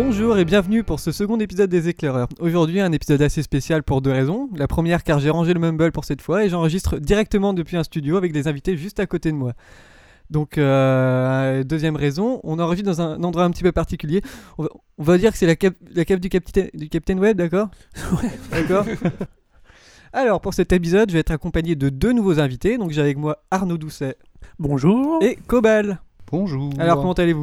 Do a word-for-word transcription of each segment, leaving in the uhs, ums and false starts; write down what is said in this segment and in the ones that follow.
Bonjour et bienvenue pour ce second épisode des Éclaireurs. Aujourd'hui un épisode assez spécial pour deux raisons. La première car j'ai rangé le mumble pour cette fois et j'enregistre directement depuis un studio avec des invités juste à côté de moi. Donc euh, deuxième raison, on enregistre dans un endroit un petit peu particulier. On va, on va dire que c'est la cave, la cave du, capitaine, du Captain Web, d'accord ? Ouais. D'accord. Alors pour cet épisode, je vais être accompagné de deux nouveaux invités. Donc j'ai avec moi Arnaud Doucet. Bonjour. Et Cobal. Bonjour. Alors comment allez-vous ?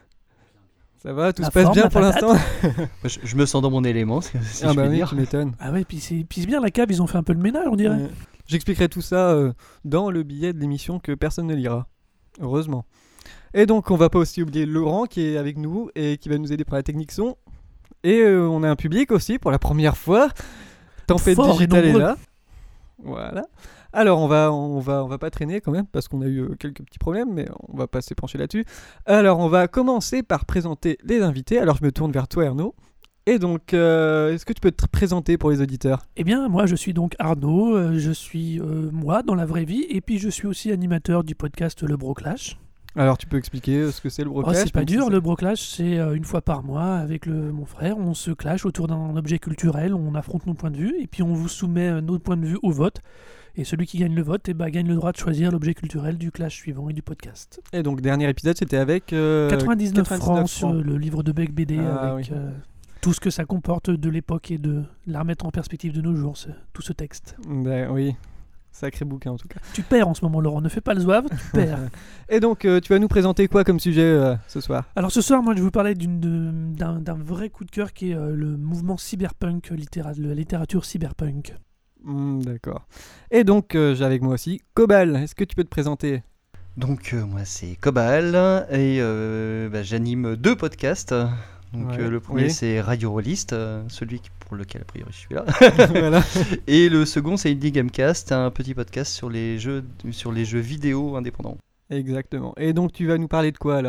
Ça va, tout La se passe forme, bien la pour patate. l'instant ? je, je me sens dans mon élément, si si Ah je bah puis oui, dire. tu m'étonnes. Ah ouais, puis c'est, puis c'est bien la cave, ils ont fait un peu le ménage, on dirait. Euh, J'expliquerai tout ça euh, dans le billet de l'émission que personne ne lira. Heureusement. Et donc, on va pas aussi oublier Laurent qui est avec nous et qui va nous aider pour la technique son. Et euh, on a un public aussi pour la première fois. Tempête Fort et Digitale est nombreux. là. Voilà. Alors, on va, on va, on va pas traîner quand même parce qu'on a eu euh, quelques petits problèmes, mais on va pas s'épancher là-dessus. Alors, on va commencer par présenter les invités. Alors, je me tourne vers toi, Arnaud. Et donc, euh, est-ce que tu peux te présenter pour les auditeurs ? Eh bien, moi, je suis donc Arnaud, euh, je suis euh, moi dans la vraie vie, et puis je suis aussi animateur du podcast Le Broclash. Alors, tu peux expliquer euh, ce que c'est le Oh, broclash ? c'est pas même si dur, c'est- le Broclash, c'est euh, une fois par mois avec le, mon frère, on se clash autour d'un objet culturel, on affronte nos points de vue, et puis on vous soumet euh, nos points de vue au vote. Et celui qui gagne le vote eh ben, gagne le droit de choisir l'objet culturel du clash suivant et du podcast. Et donc, dernier épisode, c'était avec... euh, quatre-vingt-dix-neuf francs sur francs. le livre de Beck B D Ah, avec oui. euh, tout ce que ça comporte de l'époque et de la remettre en perspective de nos jours, ce- tout ce texte. Ben oui, sacré bouquin en tout cas. Tu perds en ce moment, Laurent, ne fais pas le zouave, tu perds. Et donc, euh, tu vas nous présenter quoi comme sujet euh, ce soir ? Alors ce soir, moi je vais vous parler d'une, de- d'un, d'un vrai coup de cœur qui est euh, le mouvement cyberpunk, littéra- la littérature cyberpunk. Hmm, d'accord. Et donc, euh, j'ai avec moi aussi Cobal. Est-ce que tu peux te présenter ? Donc, euh, moi, c'est Cobal et euh, bah, j'anime deux podcasts. Donc, Ouais, euh, le premier, oui. c'est Radio Rollist, euh, celui qui- pour lequel, a priori, je suis là. Voilà. Et le second, c'est Indie Gamecast, un petit podcast sur les jeux, sur les jeux vidéo indépendants. Exactement. Et donc, tu vas nous parler de quoi alors ?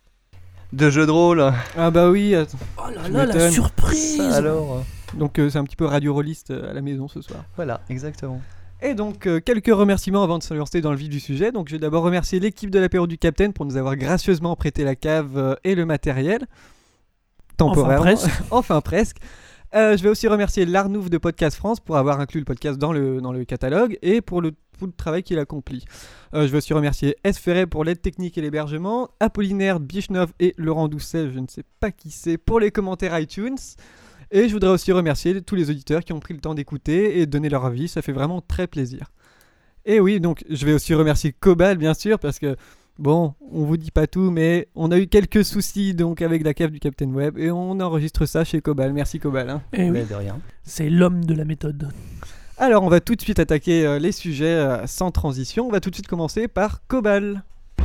De jeux de rôle. Ah bah oui. attends. Oh là Tu là, la m'étonnes. surprise. Ça, alors. Donc, euh, c'est un petit peu radio rolliste euh, à la maison ce soir. Voilà, exactement. Et donc, euh, quelques remerciements avant de se lancer dans le vif du sujet. Donc, je vais d'abord remercier l'équipe de l'apéro du Capitaine pour nous avoir gracieusement prêté la cave euh, et le matériel. Temporairement. Enfin presque. Enfin presque. Euh, je vais aussi remercier l'Arnouf de Podcast France pour avoir inclus le podcast dans le, dans le catalogue et pour le, tout le travail qu'il accomplit. Euh, je vais aussi remercier S. Ferret pour l'aide technique et l'hébergement, Apollinaire, Bichnov et Laurent Doucet, je ne sais pas qui c'est, pour les commentaires iTunes. Et je voudrais aussi remercier tous les auditeurs qui ont pris le temps d'écouter et de donner leur avis, ça fait vraiment très plaisir. Et oui, donc je vais aussi remercier Cobal bien sûr parce que bon, on vous dit pas tout, mais on a eu quelques soucis donc avec la cave du Captain Web et on enregistre ça chez Cobal. Merci Cobal. Hein. Eh oui, Mais de rien. c'est l'homme de la méthode. Alors on va tout de suite attaquer euh, les sujets euh, sans transition. On va tout de suite commencer par Cobal.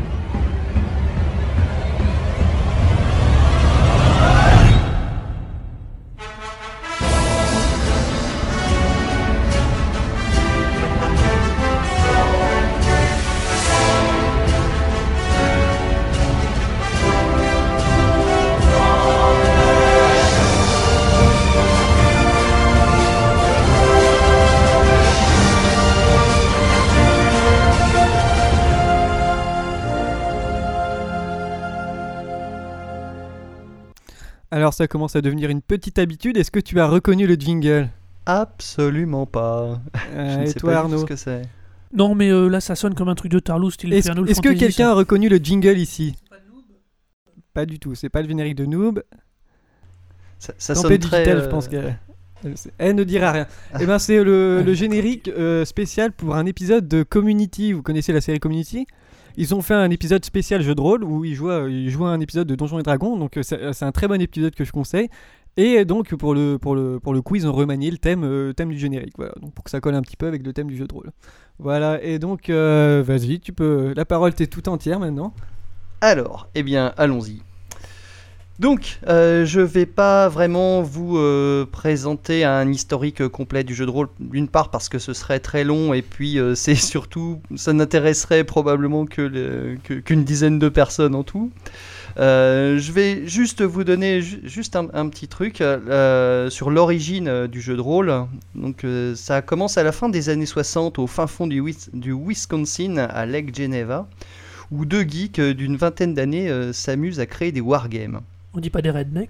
Alors ça commence à devenir une petite habitude. Est-ce que tu as reconnu le jingle ? Absolument pas. Euh, je ne Et sais toi pas du tout Arnaud ? ce que c'est. Non mais euh, là ça sonne comme un truc de Tarlou style Est-ce, Final est-ce que Fantasy, quelqu'un ça. a reconnu le jingle ici ? Pas du tout, c'est pas le générique de Noob. Ça, ça sonne Tempête très. Digitale, euh, je pense qu'elle elle ne dira rien. Eh ben c'est le, le générique euh, spécial pour un épisode de Community. Vous connaissez la série Community ? Ils ont fait un épisode spécial jeu de rôle où ils jouent, à- ils jouent à un épisode de Donjons et Dragons. Donc euh, c'est, c'est un très bon épisode que je conseille. Et donc pour le, pour le, pour le coup, ils ont remanié le thème, euh, thème du générique. Voilà. Donc pour que ça colle un petit peu avec le thème du jeu de rôle. Voilà. Et donc euh, vas-y, tu peux. La parole t'est tout entière maintenant. Alors, eh bien, allons-y. Donc, euh, je vais pas vraiment vous euh, présenter un historique euh, complet du jeu de rôle, d'une part parce que ce serait très long, et puis euh, c'est surtout, ça n'intéresserait probablement que le- que- qu'une dizaine de personnes en tout. Euh, je vais juste vous donner ju- juste un, un petit truc euh, sur l'origine euh, du jeu de rôle. Donc, euh, ça commence à la fin des années soixante au fin fond du, Wis- du Wisconsin, à Lake Geneva, où deux geeks euh, d'une vingtaine d'années euh, s'amusent à créer des wargames. On dit pas des rednecks.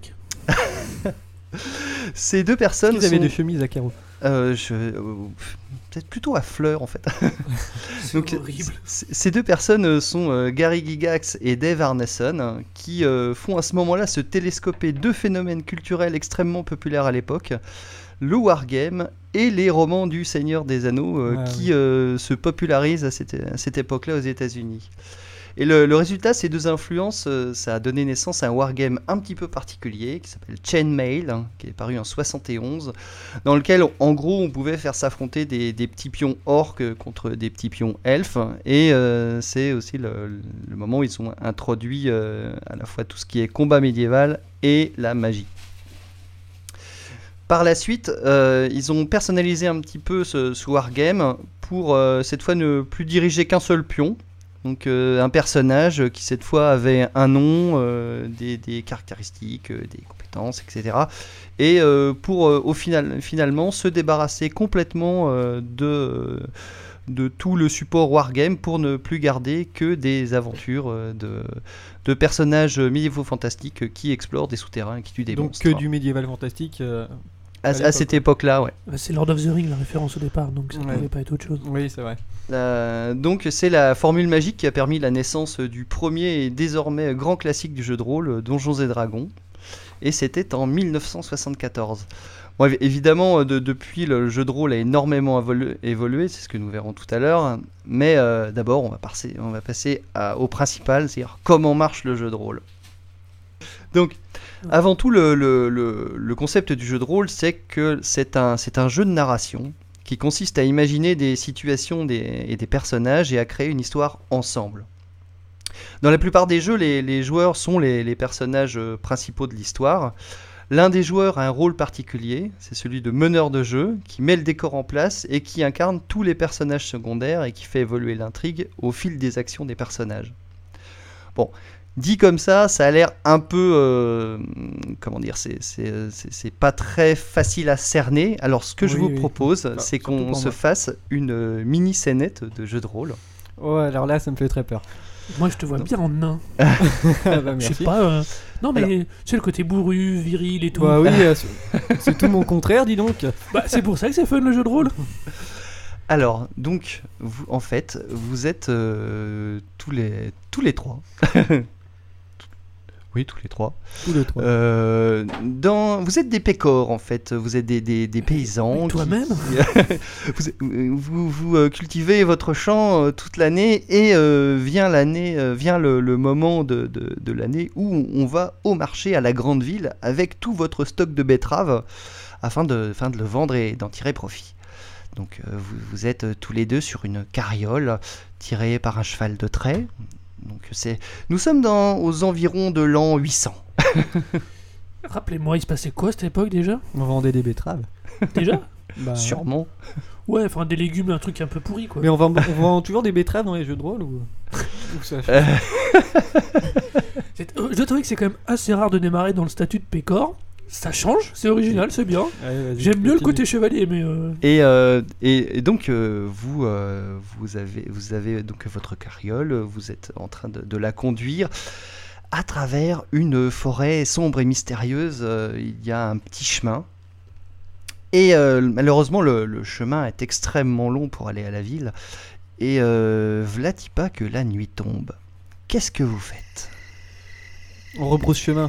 Ces deux personnes Ils avaient sont... des chemises à carreaux. Euh, je... euh, peut-être plutôt à fleurs en fait. C'est Donc, horrible. c- ces deux personnes sont euh, Gary Gygax et Dave Arneson, hein, qui euh, font à ce moment-là se télescoper deux phénomènes culturels extrêmement populaires à l'époque, le wargame et les romans du Seigneur des Anneaux, euh, Ouais, qui euh, se popularisent à cette, à cette époque-là aux États-Unis. Et le, le résultat, ces deux influences, euh, ça a donné naissance à un wargame un petit peu particulier qui s'appelle Chainmail, hein, qui est paru en soixante et onze, dans lequel, en gros, on pouvait faire s'affronter des, des petits pions orques contre des petits pions elfes. Et euh, c'est aussi le, le moment où ils ont introduit euh, à la fois tout ce qui est combat médiéval et la magie. Par la suite, euh, ils ont personnalisé un petit peu ce, ce wargame pour euh, cette fois ne plus diriger qu'un seul pion. Donc euh, un personnage qui cette fois avait un nom, euh, des, des caractéristiques, euh, des compétences, et cetera. Et euh, pour euh, au final, finalement se débarrasser complètement euh, de, de tout le support wargame pour ne plus garder que des aventures euh, de, de personnages médiévaux fantastiques qui explorent des souterrains et qui tuent des Donc monstres. que du médiéval fantastique. euh, À, à à cette époque-là, ouais. Bah, c'est Lord of the Rings la référence au départ, donc ça Ouais. pouvait pas être autre chose. Oui, c'est vrai. Euh, donc c'est la formule magique qui a permis la naissance du premier et désormais grand classique du jeu de rôle, Donjons et Dragons, et c'était en mille neuf cent soixante-quatorze. Bon, évi- évidemment, de- depuis le jeu de rôle a énormément évolu- évolué, c'est ce que nous verrons tout à l'heure, mais euh, d'abord on va passer, on va passer à- au principal, c'est-à-dire comment marche le jeu de rôle. Donc, avant tout, le, le- le- le concept du jeu de rôle, c'est que c'est un, c'est un jeu de narration qui consiste à imaginer des situations des- et des personnages et à créer une histoire ensemble. Dans la plupart des jeux, les, les joueurs sont les, les personnages euh, principaux de l'histoire. L'un des joueurs a un rôle particulier, c'est celui de meneur de jeu, qui met le décor en place et qui incarne tous les personnages secondaires et qui fait évoluer l'intrigue au fil des actions des personnages. Bon, dit comme ça, ça a l'air un peu, euh, comment dire, c'est, c'est, c'est, c'est pas très facile à cerner. Alors ce que je Oui, vous oui. propose, Enfin, c'est surtout qu'on pour se moi. fasse une euh, mini scénette de jeu de rôle. Ouais, alors là, ça me fait très peur. Moi, je te vois bien en nain. Ah bah, Je merci. sais pas. euh, Non, mais Alors- c'est le côté bourru, viril et tout. Bah oui, euh, c'est- c'est tout mon contraire, dis donc. Bah, c'est pour ça que c'est fun le jeu de rôle. Alors, donc, vous, en fait, vous êtes euh, tous les tous les trois. Oui, tous les trois. Tous les trois. Euh, dans, vous êtes des pécores, en fait. Vous êtes des, des, des paysans. Mais toi-même qui- vous, vous, vous, euh, cultivez votre champ euh, toute l'année et euh, vient, l'année, euh, vient le, le moment de, de, de l'année où on va au marché à la grande ville avec tout votre stock de betteraves afin de, afin de le vendre et d'en tirer profit. Donc euh, vous, vous êtes euh, tous les deux sur une carriole tirée par un cheval de trait. Donc c'est, nous sommes dans, aux environs de l'an huit cents. Rappelez-moi, il se passait quoi à cette époque déjà On vendait des betteraves. Déjà Bah, Sûrement. Ouais, enfin des légumes, un truc un peu pourri quoi. Mais on vend, on vend toujours des betteraves dans les jeux de rôle ou, ou ça Euh, C'est- euh, Je dois trouver que c'est quand même assez rare de démarrer dans le statut de pécore. Ça change, c'est original, c'est bien. Allez, vas-y, J'aime mieux le continue. côté chevalier, mais euh, Et, euh, et, et donc euh, vous, euh, vous, avez, vous avez donc votre carriole, vous êtes en train de, de la conduire à travers une forêt sombre et mystérieuse. Euh, il y a un petit chemin. Et euh, malheureusement, le, le chemin est extrêmement long pour aller à la ville. Et euh, v'là-t-il pas que la nuit tombe. Qu'est-ce que vous faites ? On rebrousse chemin.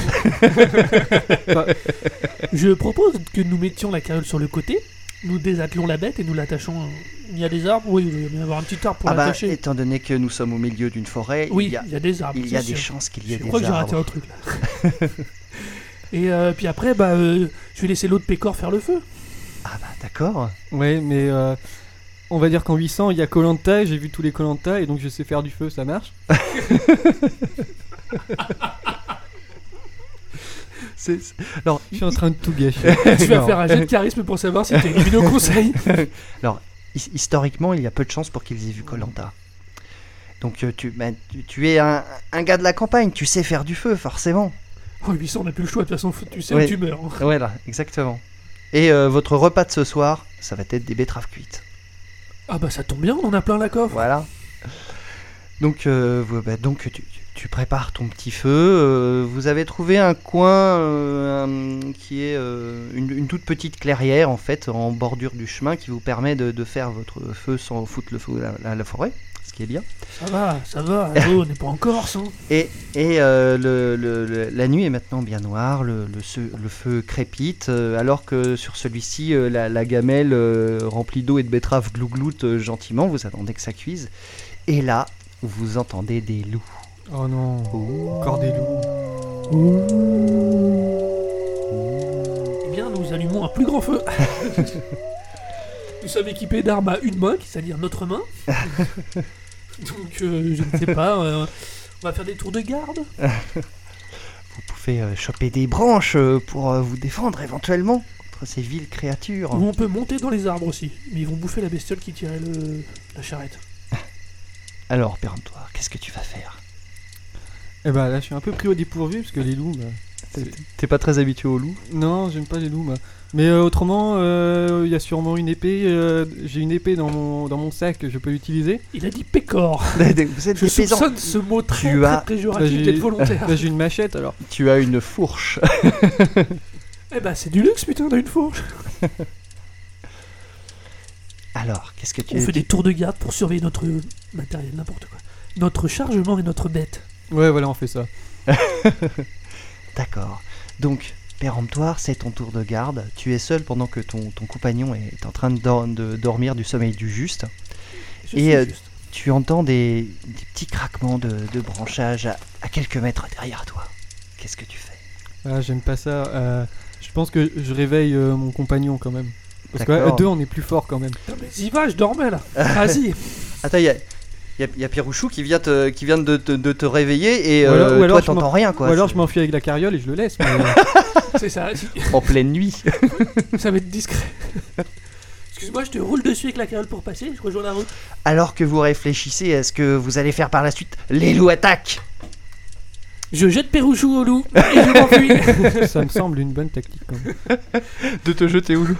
je propose que nous mettions la carriole sur le côté, nous désattelons la bête et nous l'attachons. euh, Il y a des arbres, oui, il va y avoir un petit arbre pour Ah bah, l'attacher. étant donné que nous sommes au milieu d'une forêt, Oui, il y a, il y a des arbres. il y a c'est des sûr. chances qu'il y ait Je des crois que j'ai raté arbres. un truc là. Et euh, puis après, bah, euh, je vais laisser l'autre pécore faire le feu. Ah bah d'accord. Ouais, mais euh, on va dire qu'en huit cents, il y a Koh-Lanta, j'ai vu tous les Koh-Lanta et donc je sais faire du feu, ça marche. C'est, c'est- Alors, Je suis en train de tout gâcher. Tu vas Non. faire un jet de charisme pour savoir si t'es éligible au conseil. his- historiquement, il y a peu de chances pour qu'ils aient vu Koh-Lanta. Donc euh, tu, bah, tu, tu es un, un gars de la campagne, tu sais faire du feu, forcément. Oh, huit cents, on n'a plus le choix, de toute façon, faut- tu sais Ouais. où tu meurs. hein. Voilà, exactement. Et euh, votre repas de ce soir, ça va être des betteraves cuites. Ah bah ça tombe bien, on en a plein la coffre. Voilà. Donc, euh, vous- bah, donc tu, tu- tu prépares ton petit feu. Euh, vous avez trouvé un coin euh, un- qui est euh, une, une toute petite clairière en fait en bordure du chemin qui vous permet de, de faire votre feu sans foutre le feu à la, à la forêt, ce qui est bien. Ça va, ça va, oh, on n'est pas en Corse. Hein. Et, et euh, le, le- le- la nuit est maintenant bien noire, le, le, se- le feu crépite, euh, alors que sur celui-ci, euh, la, la gamelle euh, remplie d'eau et de betterave glougloute euh, gentiment, vous attendez que ça cuise. Et là, vous entendez des loups. Oh non, encore des loups. Eh bien, nous allumons un plus grand feu. Nous sommes équipés d'armes à une main, c'est-à-dire notre main. Donc, euh, je ne sais pas, euh, on va faire des tours de garde. Vous pouvez euh, choper des branches euh, pour euh, vous défendre éventuellement contre ces viles créatures. Ou on peut monter dans les arbres aussi. Mais ils vont bouffer la bestiole qui tirait le... la charrette. Alors, péremptoire, qu'est-ce que tu vas faire? Eh bah là, je suis un peu pris au dépourvu parce que les loups. Bah, c'est- T'es pas très habitué aux loups? Non, j'aime pas les loups. Moi. Mais euh, autrement, il y a sûrement une épée. euh, J'ai une épée dans mon dans mon sac que je peux utiliser. Il a dit pécor. Vous êtes Je des paysans. soupçonne ce mot très, Tu très as- péjoratif Bah, d'être j'ai- volontaire. Là, j'ai une machette alors. Tu as une fourche. Eh bah c'est du luxe putain, on a une fourche. Alors, qu'est-ce que tu On fait des tours de garde pour surveiller notre matériel, n'importe quoi. Notre chargement et notre bête. Ouais, voilà, on fait ça. D'accord. Donc, péremptoire, c'est ton tour de garde. Tu es seul pendant que ton, ton compagnon est en train de, dor- de dormir du sommeil du juste. Je Et, suis euh, juste. Tu entends des, des petits craquements de, de branchage à, à quelques mètres derrière toi. Qu'est-ce que tu fais? Ah, j'aime pas ça. euh, je pense que je réveille euh, mon compagnon quand même. Parce qu'à D'accord. deux, on est plus fort quand même. Putain, mais y va, je dormais là. Vas-y. Attends, il y a, y a- y a Pierrouchou qui vient, te, qui vient de, te- de te réveiller et Ou alors- euh, ou alors toi je t'entends m'en- rien quoi. Ou alors C'est je m'enfuis avec la carriole et je le laisse. mais, euh, C'est ça, si- en pleine nuit. ça va être discret. Excuse-moi, je te roule dessus avec la carriole pour passer, je rejoins la route. Alors que vous réfléchissez à ce que vous allez faire par la suite, les loups attaquent. Je jette Pérouchou au loup et je m'enfuis. ça me semble une bonne tactique quand même. De te jeter au loup.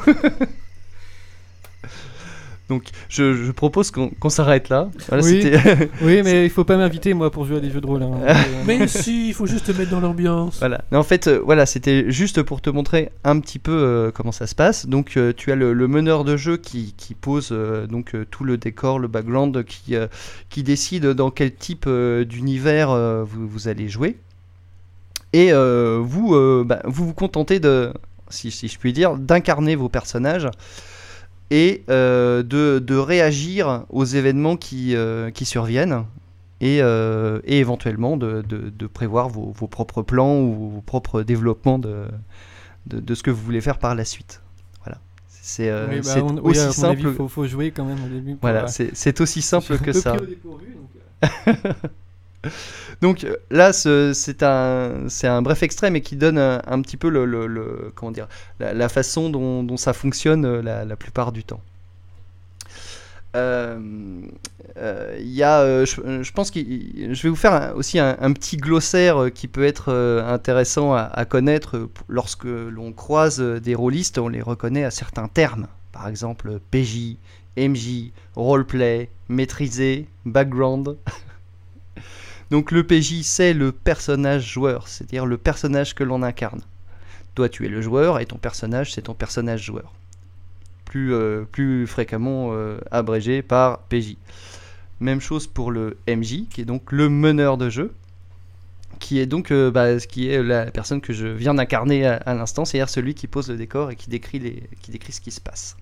Donc je, je propose qu'on qu'on s'arrête là. Voilà, Oui. c'était- Oui, mais il faut pas m'inviter moi pour jouer à des jeux de rôle. hein. Donc, euh, Mais si, il faut juste te mettre dans l'ambiance. Voilà. Mais en fait, euh, voilà, c'était juste pour te montrer un petit peu euh, comment ça se passe. Donc, euh, tu as le, le meneur de jeu qui, qui pose euh, donc euh, tout le décor, le background, qui, euh, qui décide dans quel type euh, d'univers euh, vous, vous allez jouer. Et euh, vous, euh, bah, vous vous contentez de, si, si je puis dire, d'incarner vos personnages et euh, de, de réagir aux événements qui, euh, qui surviennent. Et, euh, et éventuellement de, de- de prévoir vos, vos propres plans ou vos propres développements de, de, de ce que vous voulez faire par la suite. Voilà. C'est euh, oui, bah, c'est on- oui, aussi à mon simple. avis, faut, faut jouer quand même au début. pour, Voilà, euh, c'est c'est aussi je simple suis un que peu ça. pris au dépourvu, donc, euh. Donc euh, là, ce- c'est un, c'est un bref extrait, mais qui donne un, un petit peu le, le- le- comment dire, la, la façon dont, dont ça fonctionne euh, la, la plupart du temps. Euh, euh, Il y a, euh, je, je pense que je vais vous faire un- aussi un, un petit glossaire euh, qui peut être euh, intéressant à, à connaître euh, p- lorsque l'on croise euh, des rôlistes, on les reconnaît à certains termes, par exemple P J, M J, roleplay, maîtrisé, background. Donc le P J, c'est le personnage joueur, c'est-à-dire le personnage que l'on incarne. Toi, tu es le joueur et ton personnage, c'est ton personnage joueur. Plus, euh, plus fréquemment euh, abrégé par P J. Même chose pour le M J, qui est donc le meneur de jeu, qui est donc euh, bah, ce qui est la personne que je viens d'incarner à, à l'instant, c'est-à-dire celui qui pose le décor et qui décrit, les, qui décrit ce qui se passe.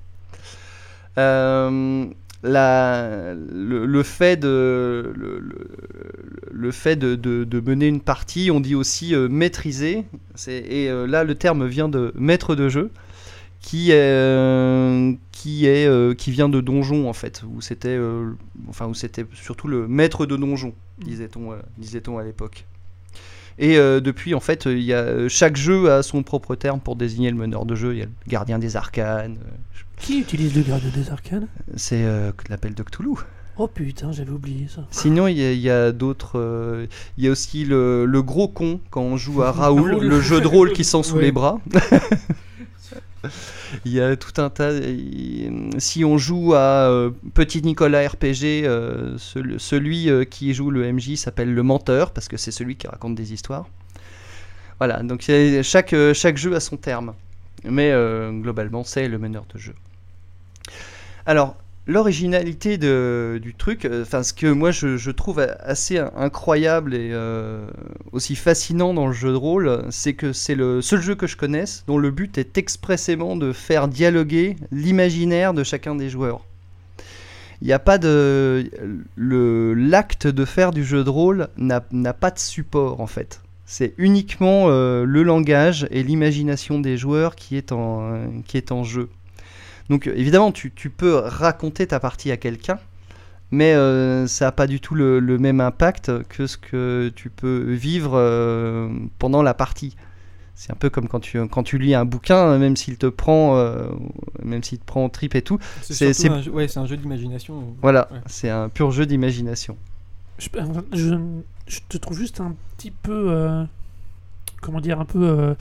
Euh, la, le, le fait de, le, le, le fait de, de, de mener une partie, on dit aussi euh, maîtriser, c'est, et euh, là le terme vient de maître de jeu, qui est, euh, qui, est euh, qui vient de donjon en fait, où c'était, euh, enfin, où c'était surtout le maître de donjon, disait-on, euh, disait-on à l'époque. Et euh, depuis, en fait, il y a, chaque jeu a son propre terme pour désigner le meneur de jeu. Il y a le gardien des arcanes. euh, Qui utilise le gardien des arcanes? C'est euh, l'appel de Cthulhu. Oh putain, j'avais oublié ça. Sinon, il y a, il y a d'autres. euh, il y a aussi le, le gros con quand on joue à Raoul, Raoul. le jeu de rôle qui sent sous Oui. les bras. Il y a tout un tas. Si on joue à euh, Petit Nicolas R P G, euh, celui, celui euh, qui joue le M J s'appelle le menteur parce que c'est celui qui raconte des histoires. Voilà, donc chaque, chaque jeu a son terme, mais euh, globalement c'est le meneur de jeu. Alors, l'originalité de, du truc, enfin ce que moi je, je trouve assez incroyable et euh, aussi fascinant dans le jeu de rôle, c'est que c'est le seul jeu que je connaisse dont le but est expressément de faire dialoguer l'imaginaire de chacun des joueurs. Il n'y a pas de... Le, l'acte de faire du jeu de rôle n'a, n'a pas de support en fait. C'est uniquement euh, le langage et l'imagination des joueurs qui est en, euh, qui est en jeu. Donc évidemment, tu, tu peux raconter ta partie à quelqu'un, mais euh, ça n'a pas du tout le, le même impact que ce que tu peux vivre euh, pendant la partie. C'est un peu comme quand tu, quand tu lis un bouquin, même s'il te prend, euh, même s'il te prend en trip et tout. C'est, c'est, c'est... Un jeu, ouais, c'est un jeu d'imagination. Voilà, ouais. C'est un pur jeu d'imagination. Je, je, je te trouve juste un petit peu, euh, comment dire, un peu... Euh...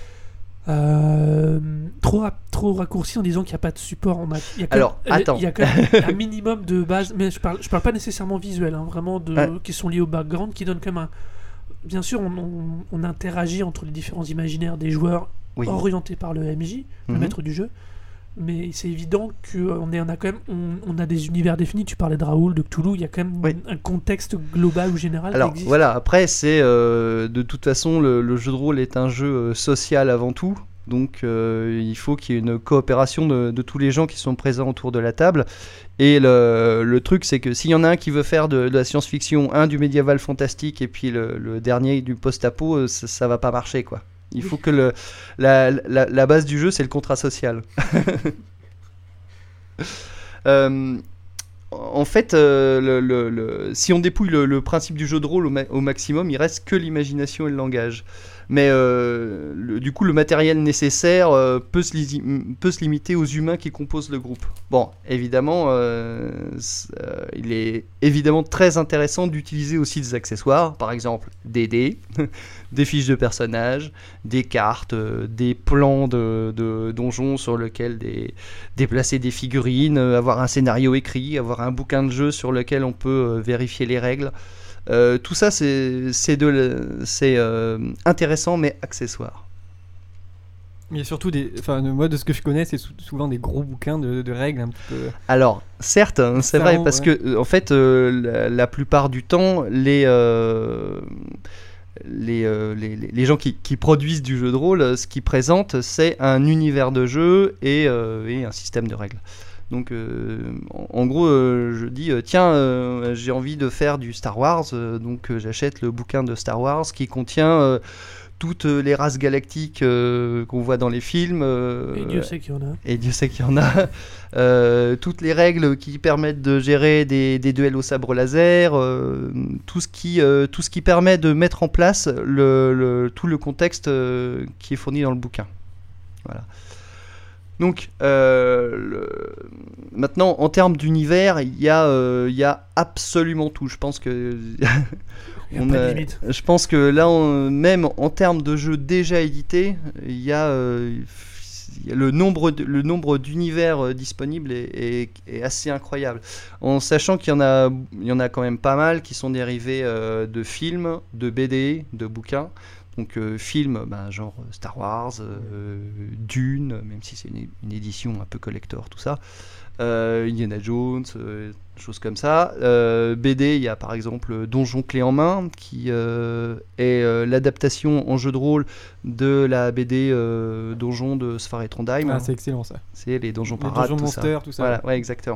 Euh, trop, trop raccourci en disant qu'il n'y a pas de support. On a, il y a quand Alors, même, attends. Il y a quand même un minimum de base, mais je parle, je parle pas nécessairement visuel, hein, vraiment de, ouais. qui sont liés au background, qui donnent quand même un. Bien sûr, on, on, on interagit entre les différents imaginaires des joueurs oui. orientés par le M J, le mm-hmm. maître du jeu, mais c'est évident qu'on est, on a quand même, on, on a des univers définis. Tu parlais de Raoul, de Cthulhu, il y a quand même oui. un contexte global ou général. Alors qui existe. voilà, après c'est euh, de toute façon le, le jeu de rôle est un jeu euh, social avant tout. Donc euh, il faut qu'il y ait une coopération de, de tous les gens qui sont présents autour de la table. Et le, le truc, c'est que s'il y en a un qui veut faire de, de la science-fiction, un du médiéval fantastique, et puis le, le dernier du post-apo, ça, ça va pas marcher, quoi. Il faut que le, la, la, la base du jeu, c'est le contrat social. euh, en fait, euh, le, le, le, si on dépouille le, le principe du jeu de rôle au, ma- au maximum, il reste que l'imagination et le langage. Mais euh, le, du coup, le matériel nécessaire euh, peut, se li- peut se limiter aux humains qui composent le groupe. Bon, évidemment, euh, euh, il est évidemment très intéressant d'utiliser aussi des accessoires, par exemple des dés, des fiches de personnages, des cartes, euh, des plans de, de donjons sur lesquels des, déplacer des figurines, euh, avoir un scénario écrit, avoir un bouquin de jeu sur lequel on peut euh, vérifier les règles. Euh, tout ça, c'est, c'est, de, c'est euh, intéressant, mais accessoire. Il y a surtout des. Enfin, moi, de ce que je connais, c'est sou- souvent des gros bouquins de, de règles un petit peu. Alors, certes, hein, c'est vrai, parce ouais. que, en fait, euh, la, la plupart du temps, les. Euh, Les, euh, les, les gens qui, qui produisent du jeu de rôle, ce qu'ils présentent, c'est un univers de jeu et, euh, et un système de règles. Donc, euh, en, en gros, euh, je dis, euh, tiens, euh, j'ai envie de faire du Star Wars, euh, donc euh, j'achète le bouquin de Star Wars qui contient euh, toutes les races galactiques euh, qu'on voit dans les films. Euh, et Dieu sait qu'il y en a. Et Dieu sait qu'il y en a. euh, toutes les règles qui permettent de gérer des, des duels au sabre laser, euh, tout, ce qui, euh, tout ce qui permet de mettre en place le, le, tout le contexte euh, qui est fourni dans le bouquin. Voilà. Donc, euh, le... maintenant, en termes d'univers, il y, euh, y a absolument tout. Je pense que... on a... Je pense que là, on... même en termes de jeux déjà édités, il y a... Euh... Le nombre, de, le nombre d'univers euh, disponibles est, est, est assez incroyable. En sachant qu'il y en a, il y en a quand même pas mal qui sont dérivés euh, de films, de B D, de bouquins. Donc euh, films, ben, genre Star Wars, euh, Dune, même si c'est une, une édition un peu collector, tout ça. Euh, Indiana Jones, euh, choses comme ça. Euh, B D, il y a par exemple Donjon Clé en main, qui euh, est euh, l'adaptation en jeu de rôle de la B D euh, Donjon de Sfar et Trondheim. Ah, c'est excellent ça. C'est les donjons les parades, donjons tout monsters, ça. tout ça. Voilà, ouais, exactement.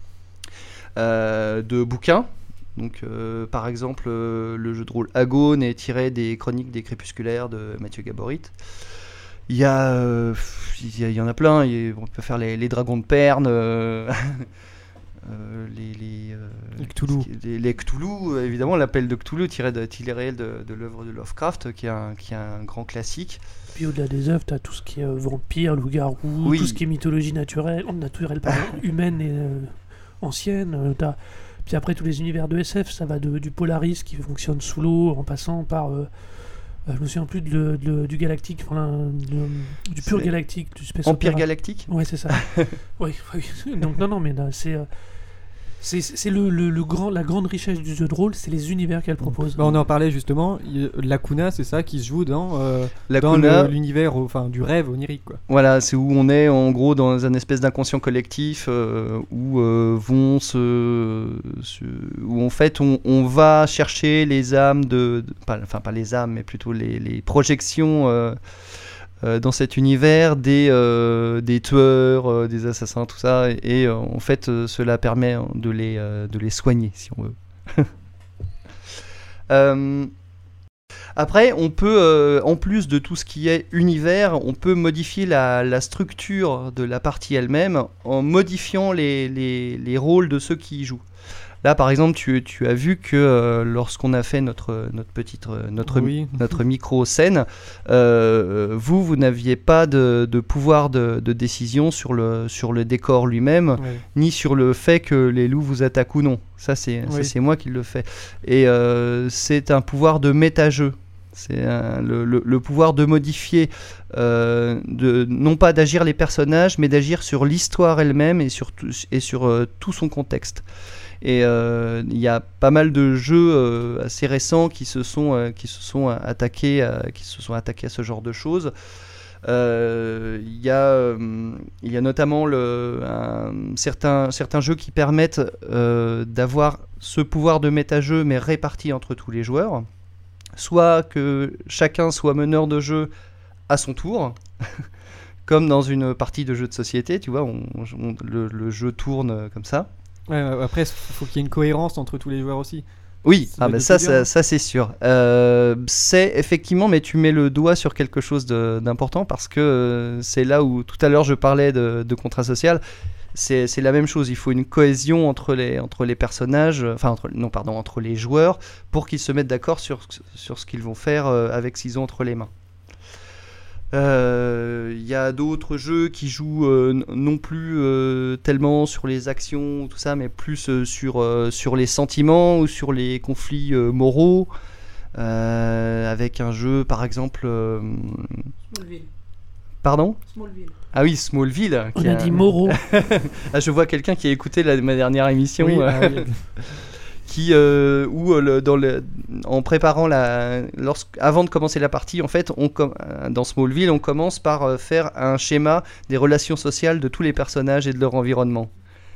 Euh, de bouquins. Donc, euh, par exemple, euh, le jeu de rôle Agone est tiré des Chroniques des Crépusculaires de Mathieu Gaborit. Il y, a, euh, il, y a, il y en a plein. Il y a, on peut faire les, les Dragons de Perne, euh, euh, les, les, euh, les Cthulhu. Les, les Cthulhu, évidemment, l'appel de Cthulhu tiré de, tiré réel de, de l'œuvre de Lovecraft, qui est un, qui est un grand classique. Puis au-delà des œuvres, tu as tout ce qui est euh, vampire, loup-garou, oui. tout ce qui est mythologie naturelle, naturelle pardon, humaine et euh, ancienne. Euh, t'as... Puis après, tous les univers de S F, ça va de, du Polaris qui fonctionne sous l'eau, en passant par euh, Euh, je me souviens plus de le- de le- du Galactique, enfin, le- du pur C'est Galactique, du Space Empire Opera. Galactique. Ouais, c'est ça. Oui, oui. Donc non, non, mais là, c'est euh, c'est c'est le, le, le grand la grande richesse du jeu de rôle, c'est les univers qu'elle propose. Bah, on en parlait justement. il- Lacuna, c'est ça qui se joue dans, euh, dans Lacuna, le- l'univers, enfin du rêve onirique, quoi. voilà, c'est où on est en gros dans un espèce d'inconscient collectif euh, où euh, vont se, se- où en fait on, on va chercher les âmes de, de- pas, enfin pas les âmes mais plutôt les, les projections euh, euh, dans cet univers des euh, des tueurs, euh, des assassins, tout ça, et, et, euh, en fait euh, cela permet de les euh, de les soigner si on veut. Euh, Après, on peut, euh, en plus de tout ce qui est univers, on peut modifier la, la structure de la partie elle-même en modifiant les, les, les rôles de ceux qui y jouent. Là, par exemple, tu, tu as vu que euh, lorsqu'on a fait notre, notre petite euh, notre, Oui. notre micro-scène, euh, vous, vous n'aviez pas de, de pouvoir de, de décision sur le, sur le décor lui-même, Ouais. ni sur le fait que les loups vous attaquent ou non. Ça, c'est ça, Oui. c'est moi qui le fais. Et euh, c'est un pouvoir de méta-jeu. C'est un- le, le- le pouvoir de modifier, euh, de, non pas d'agir les personnages, mais d'agir sur l'histoire elle-même et sur, tout, et sur euh, tout son contexte. Et euh, il y a pas mal de jeux euh, assez récents qui se sont, euh, qui se sont attaqués, à, qui se sont attaqués à ce genre de choses. Euh, Il y, euh, il y a notamment le, un, certains, certains jeux qui permettent euh, d'avoir ce pouvoir de méta-jeu mais réparti entre tous les joueurs. Soit que chacun soit meneur de jeu à son tour, comme dans une partie de jeu de société, tu vois, on, on- le, le jeu tourne comme ça. Ouais, après, il faut qu'il y ait une cohérence entre tous les joueurs aussi. Oui, Ça ah doit bah être ça, bien, ça, hein. ça, c'est sûr. Euh, c'est effectivement, mais tu mets le doigt sur quelque chose de- d'important parce que euh, c'est là où tout à l'heure je parlais de, de contrat social. C'est c'est la même chose. Il faut une cohésion entre les, entre les personnages, euh, enfin entre, non pardon, entre les joueurs pour qu'ils se mettent d'accord sur, sur ce qu'ils vont faire euh, avec ce qu'ils ont entre les mains. Euh, Il y a d'autres jeux qui jouent euh, n- non plus euh, tellement sur les actions ou tout ça, mais plus euh, sur, euh, sur les sentiments ou sur les conflits euh, moraux. Euh, avec un jeu, par exemple. euh, Smallville. Pardon Smallville. Ah oui, Smallville. On qui a est dit un- Moreau. Ah, je vois quelqu'un qui a écouté la, ma dernière émission. Oui, euh, ah oui. qui euh, où euh, le- dans le, en préparant la lorsque, avant de commencer la partie en fait on com- euh, dans Smallville on commence par euh, faire un schéma des relations sociales de tous les personnages et de leur environnement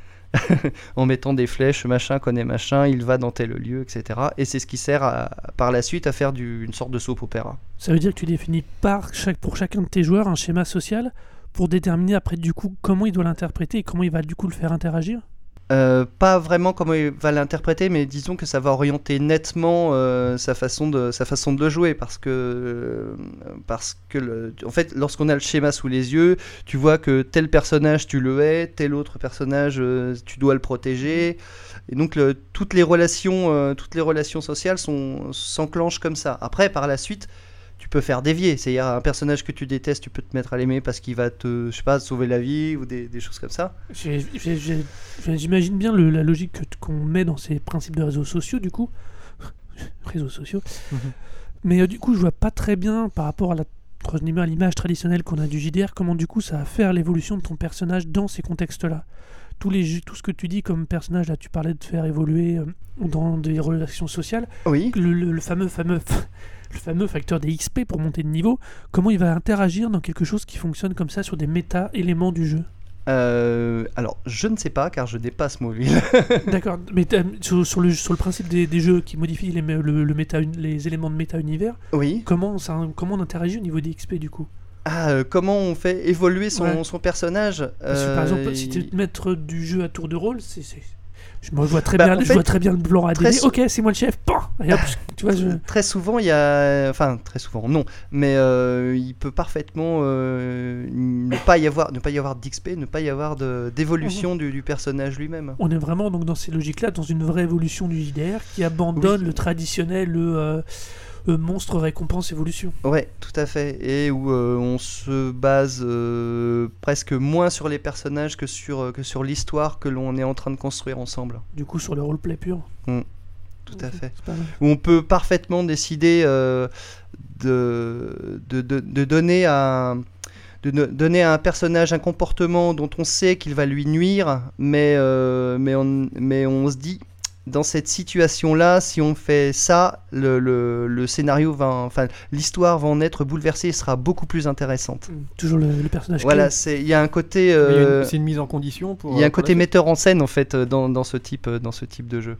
en mettant des flèches machin connaît machin il va dans tel lieu etc et c'est ce qui sert à- par la suite à faire du, une sorte de soap opéra. Ça veut dire que tu définis par chaque, pour chacun de tes joueurs un schéma social pour déterminer après du coup comment il doit l'interpréter et comment il va du coup le faire interagir. Euh, pas vraiment comment il va l'interpréter, mais disons que ça va orienter nettement euh, sa façon de sa façon de le jouer, parce que euh, parce que le- en fait, lorsqu'on a le schéma sous les yeux, tu vois que tel personnage tu le hais, tel autre personnage euh, tu dois le protéger, et donc le- toutes les relations euh, toutes les relations sociales sont s'enclenchent comme ça. Après, par la suite, tu peux faire dévier. C'est-à-dire un personnage que tu détestes, tu peux te mettre à l'aimer parce qu'il va te, je sais pas, sauver la vie ou des, des choses comme ça. J'ai- j'ai- j'ai- J'imagine bien le- la logique que t- qu'on met dans ces principes de réseaux sociaux du coup. Réseaux sociaux. Mhm. Mais euh, du coup, je vois pas très bien par rapport à la entre guillemets, à l'image traditionnelle qu'on a du J D R, comment du coup ça va faire l'évolution de ton personnage dans ces contextes-là. Tous les, jeux- tout ce que tu dis comme personnage, là tu parlais de faire évoluer euh, dans des relations sociales, Oui. le, le- le fameux, fameux, le fameux facteur des X P pour monter de niveau, comment il va interagir dans quelque chose qui fonctionne comme ça sur des méta-éléments du jeu. Euh, alors, je ne sais pas car je n'ai pas Smallville. D'accord, mais t'as- sur, sur le, sur le principe des, des jeux qui modifient les, mé- le, le méta, les éléments de méta-univers, Oui. comment, ça, comment on interagit au niveau des X P du coup? Ah, euh, comment on fait évoluer son, Ouais. son personnage Parce que par Euh, exemple, si tu es il- maître du jeu à tour de rôle, c'est. c'est- Je, moi, je vois très Bah, bien, en je fait, vois très bien le blanc à très D D. sou- Ok, c'est moi le chef. Pan Et hop, tu vois, je. Très souvent, il y a... Enfin, très souvent, non. Mais euh, il peut parfaitement euh, ne pas y avoir, ne pas y avoir d'X P, ne pas y avoir de- d'évolution du, du personnage lui-même. On est vraiment donc dans ces logiques-là, dans une vraie évolution du J D R qui abandonne Oui. le traditionnel le, euh, euh, monstre récompense évolution. Ouais, tout à fait. Et où euh, on se base euh, presque moins sur les personnages que sur, euh, que sur l'histoire que l'on est en train de construire ensemble. Du coup, sur le roleplay pur. Tout tout à fait. C'est pas mal. Où on peut parfaitement décider euh, de, de, de, de donner à de no- donner à un personnage un comportement dont on sait qu'il va lui nuire, mais, euh, mais, on, mais on se dit, dans cette situation-là, si on fait ça, le, le, le scénario va, en- enfin, l'histoire va en être bouleversée et sera beaucoup plus intéressante. Mm. Toujours le, le personnage Voilà, clé. c'est- il y a un côté, Il y a euh, une- C'est une mise en condition pour. il y a un euh, pour côté la suite. metteur en scène en fait euh, dans, dans ce type, euh, dans ce type de jeu.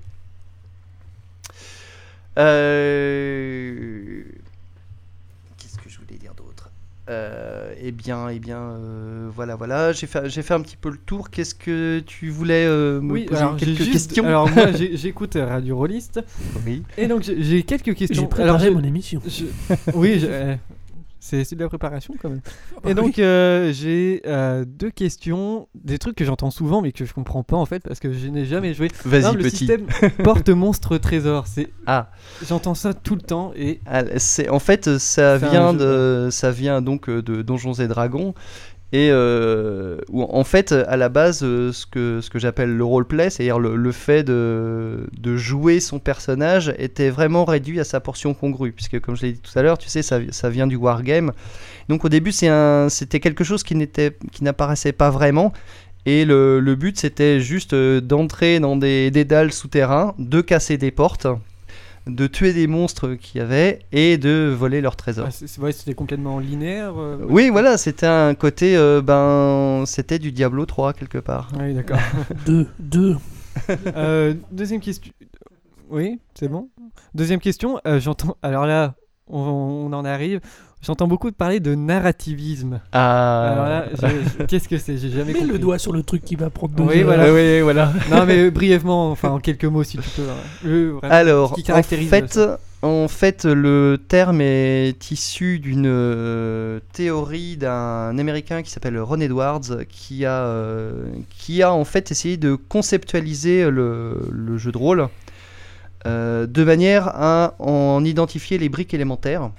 Euh, Qu'est-ce que je voulais dire d'autre Euh, Eh bien, eh bien, euh, voilà, voilà. J'ai fait, j'ai fait un petit peu le tour. Qu'est-ce que tu voulais euh, me Oui, poser alors j'ai quelques juste- questions Alors moi j'ai- j'écoute Radio Rollist Oui. et donc j'ai j'ai quelques questions. J'ai préparé Alors, j'ai- mon émission. je- Oui, je- euh, c'est c'est de la préparation quand même. Ah bah Et donc oui. euh, j'ai euh, deux questions, des trucs que j'entends souvent mais que je comprends pas en fait parce que je n'ai jamais joué. Vas-y, Non, le petit. système porte monstre trésor, c'est Ah, j'entends ça tout le temps et ah, c'est en fait ça C'est un vient jeu, de, ça vient donc euh, de Donjons et Dragons. Et euh, où, en fait, à la base, euh, ce que, ce que j'appelle le roleplay, c'est-à-dire le, le fait de, de jouer son personnage, était vraiment réduit à sa portion congrue. Puisque, comme je l'ai dit tout à l'heure, tu sais, ça, ça vient du wargame. Donc au début, c'est un, c'était quelque chose qui, n'était, qui n'apparaissait pas vraiment. Et le, le but, c'était juste euh, d'entrer dans des dédales souterrains, de casser des portes, de tuer des monstres qu'il y avait, et de voler leurs trésors. ah, c'est c'est vrai, c'était complètement linéaire. euh, Oui, voilà, c'était un côté, euh, ben, c'était du Diablo trois quelque part. Oui, d'accord. Deux, deux. Euh, deuxième question. Oui, c'est bon. Deuxième question. euh, j'entends. Alors là, on, on en arrive. J'entends beaucoup parler de narrativisme. Alors Ah, là, je- je- qu'est-ce que c'est J'ai jamais Mets compris. le doigt sur le truc qui va prendre deux Oui, heures. voilà. oui, voilà. Non, mais euh, brièvement, enfin en quelques mots, si tu peux. hein. Le- vraiment, Alors, ce qui en caractérise fait, ça. en fait, le terme est issu d'une euh, théorie d'un Américain qui s'appelle Ron Edwards, qui a, euh, qui a en fait essayé de conceptualiser le, le jeu de rôle euh, de manière à en identifier les briques élémentaires.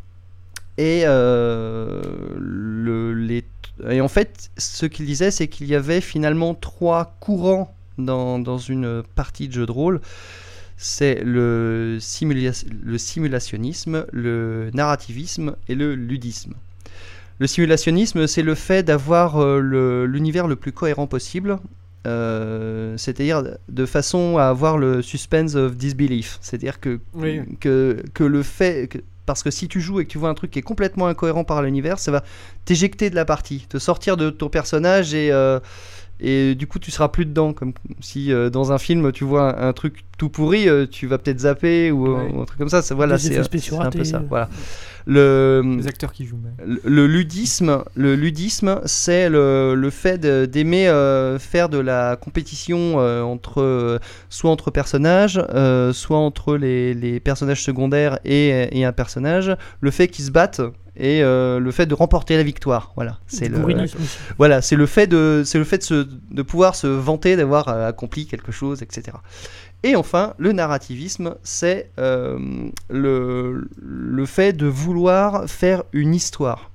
Et, euh, le, les, et en fait, ce qu'il disait, c'est qu'il y avait finalement trois courants dans, dans une partie de jeu de rôle. C'est le, simula- le simulationnisme, le narrativisme et le ludisme. Le simulationnisme, c'est le fait d'avoir euh, le- l'univers le plus cohérent possible, euh, c'est-à-dire de façon à avoir le suspense of disbelief. C'est-à-dire que, Oui. que, que le fait... que- parce que si tu joues et que tu vois un truc qui est complètement incohérent par l'univers, ça va t'éjecter de la partie, te sortir de ton personnage et... euh, et du coup tu seras plus dedans, comme si euh, dans un film tu vois un, un truc tout pourri, euh, tu vas peut-être zapper ou, Ouais. ou un truc comme ça. C'est, voilà, Des c'est, effets euh, spéciaux c'est un peu ratés. ça. Voilà. Le, Les acteurs qui jouent. mais- le, le ludisme, le ludisme, c'est le, le fait de- d'aimer euh, faire de la compétition euh, entre euh, soit entre personnages, euh, soit entre les, les personnages secondaires et, et un personnage. Le fait qu'ils se battent et euh, le fait de remporter la victoire. Voilà, c'est Du le. bourrinisme aussi. Voilà, c'est le fait de, c'est le fait de, se, de pouvoir se vanter d'avoir euh, accompli quelque chose, et cetera. Et enfin, le narrativisme, c'est euh, le, le fait de vouloir faire une histoire.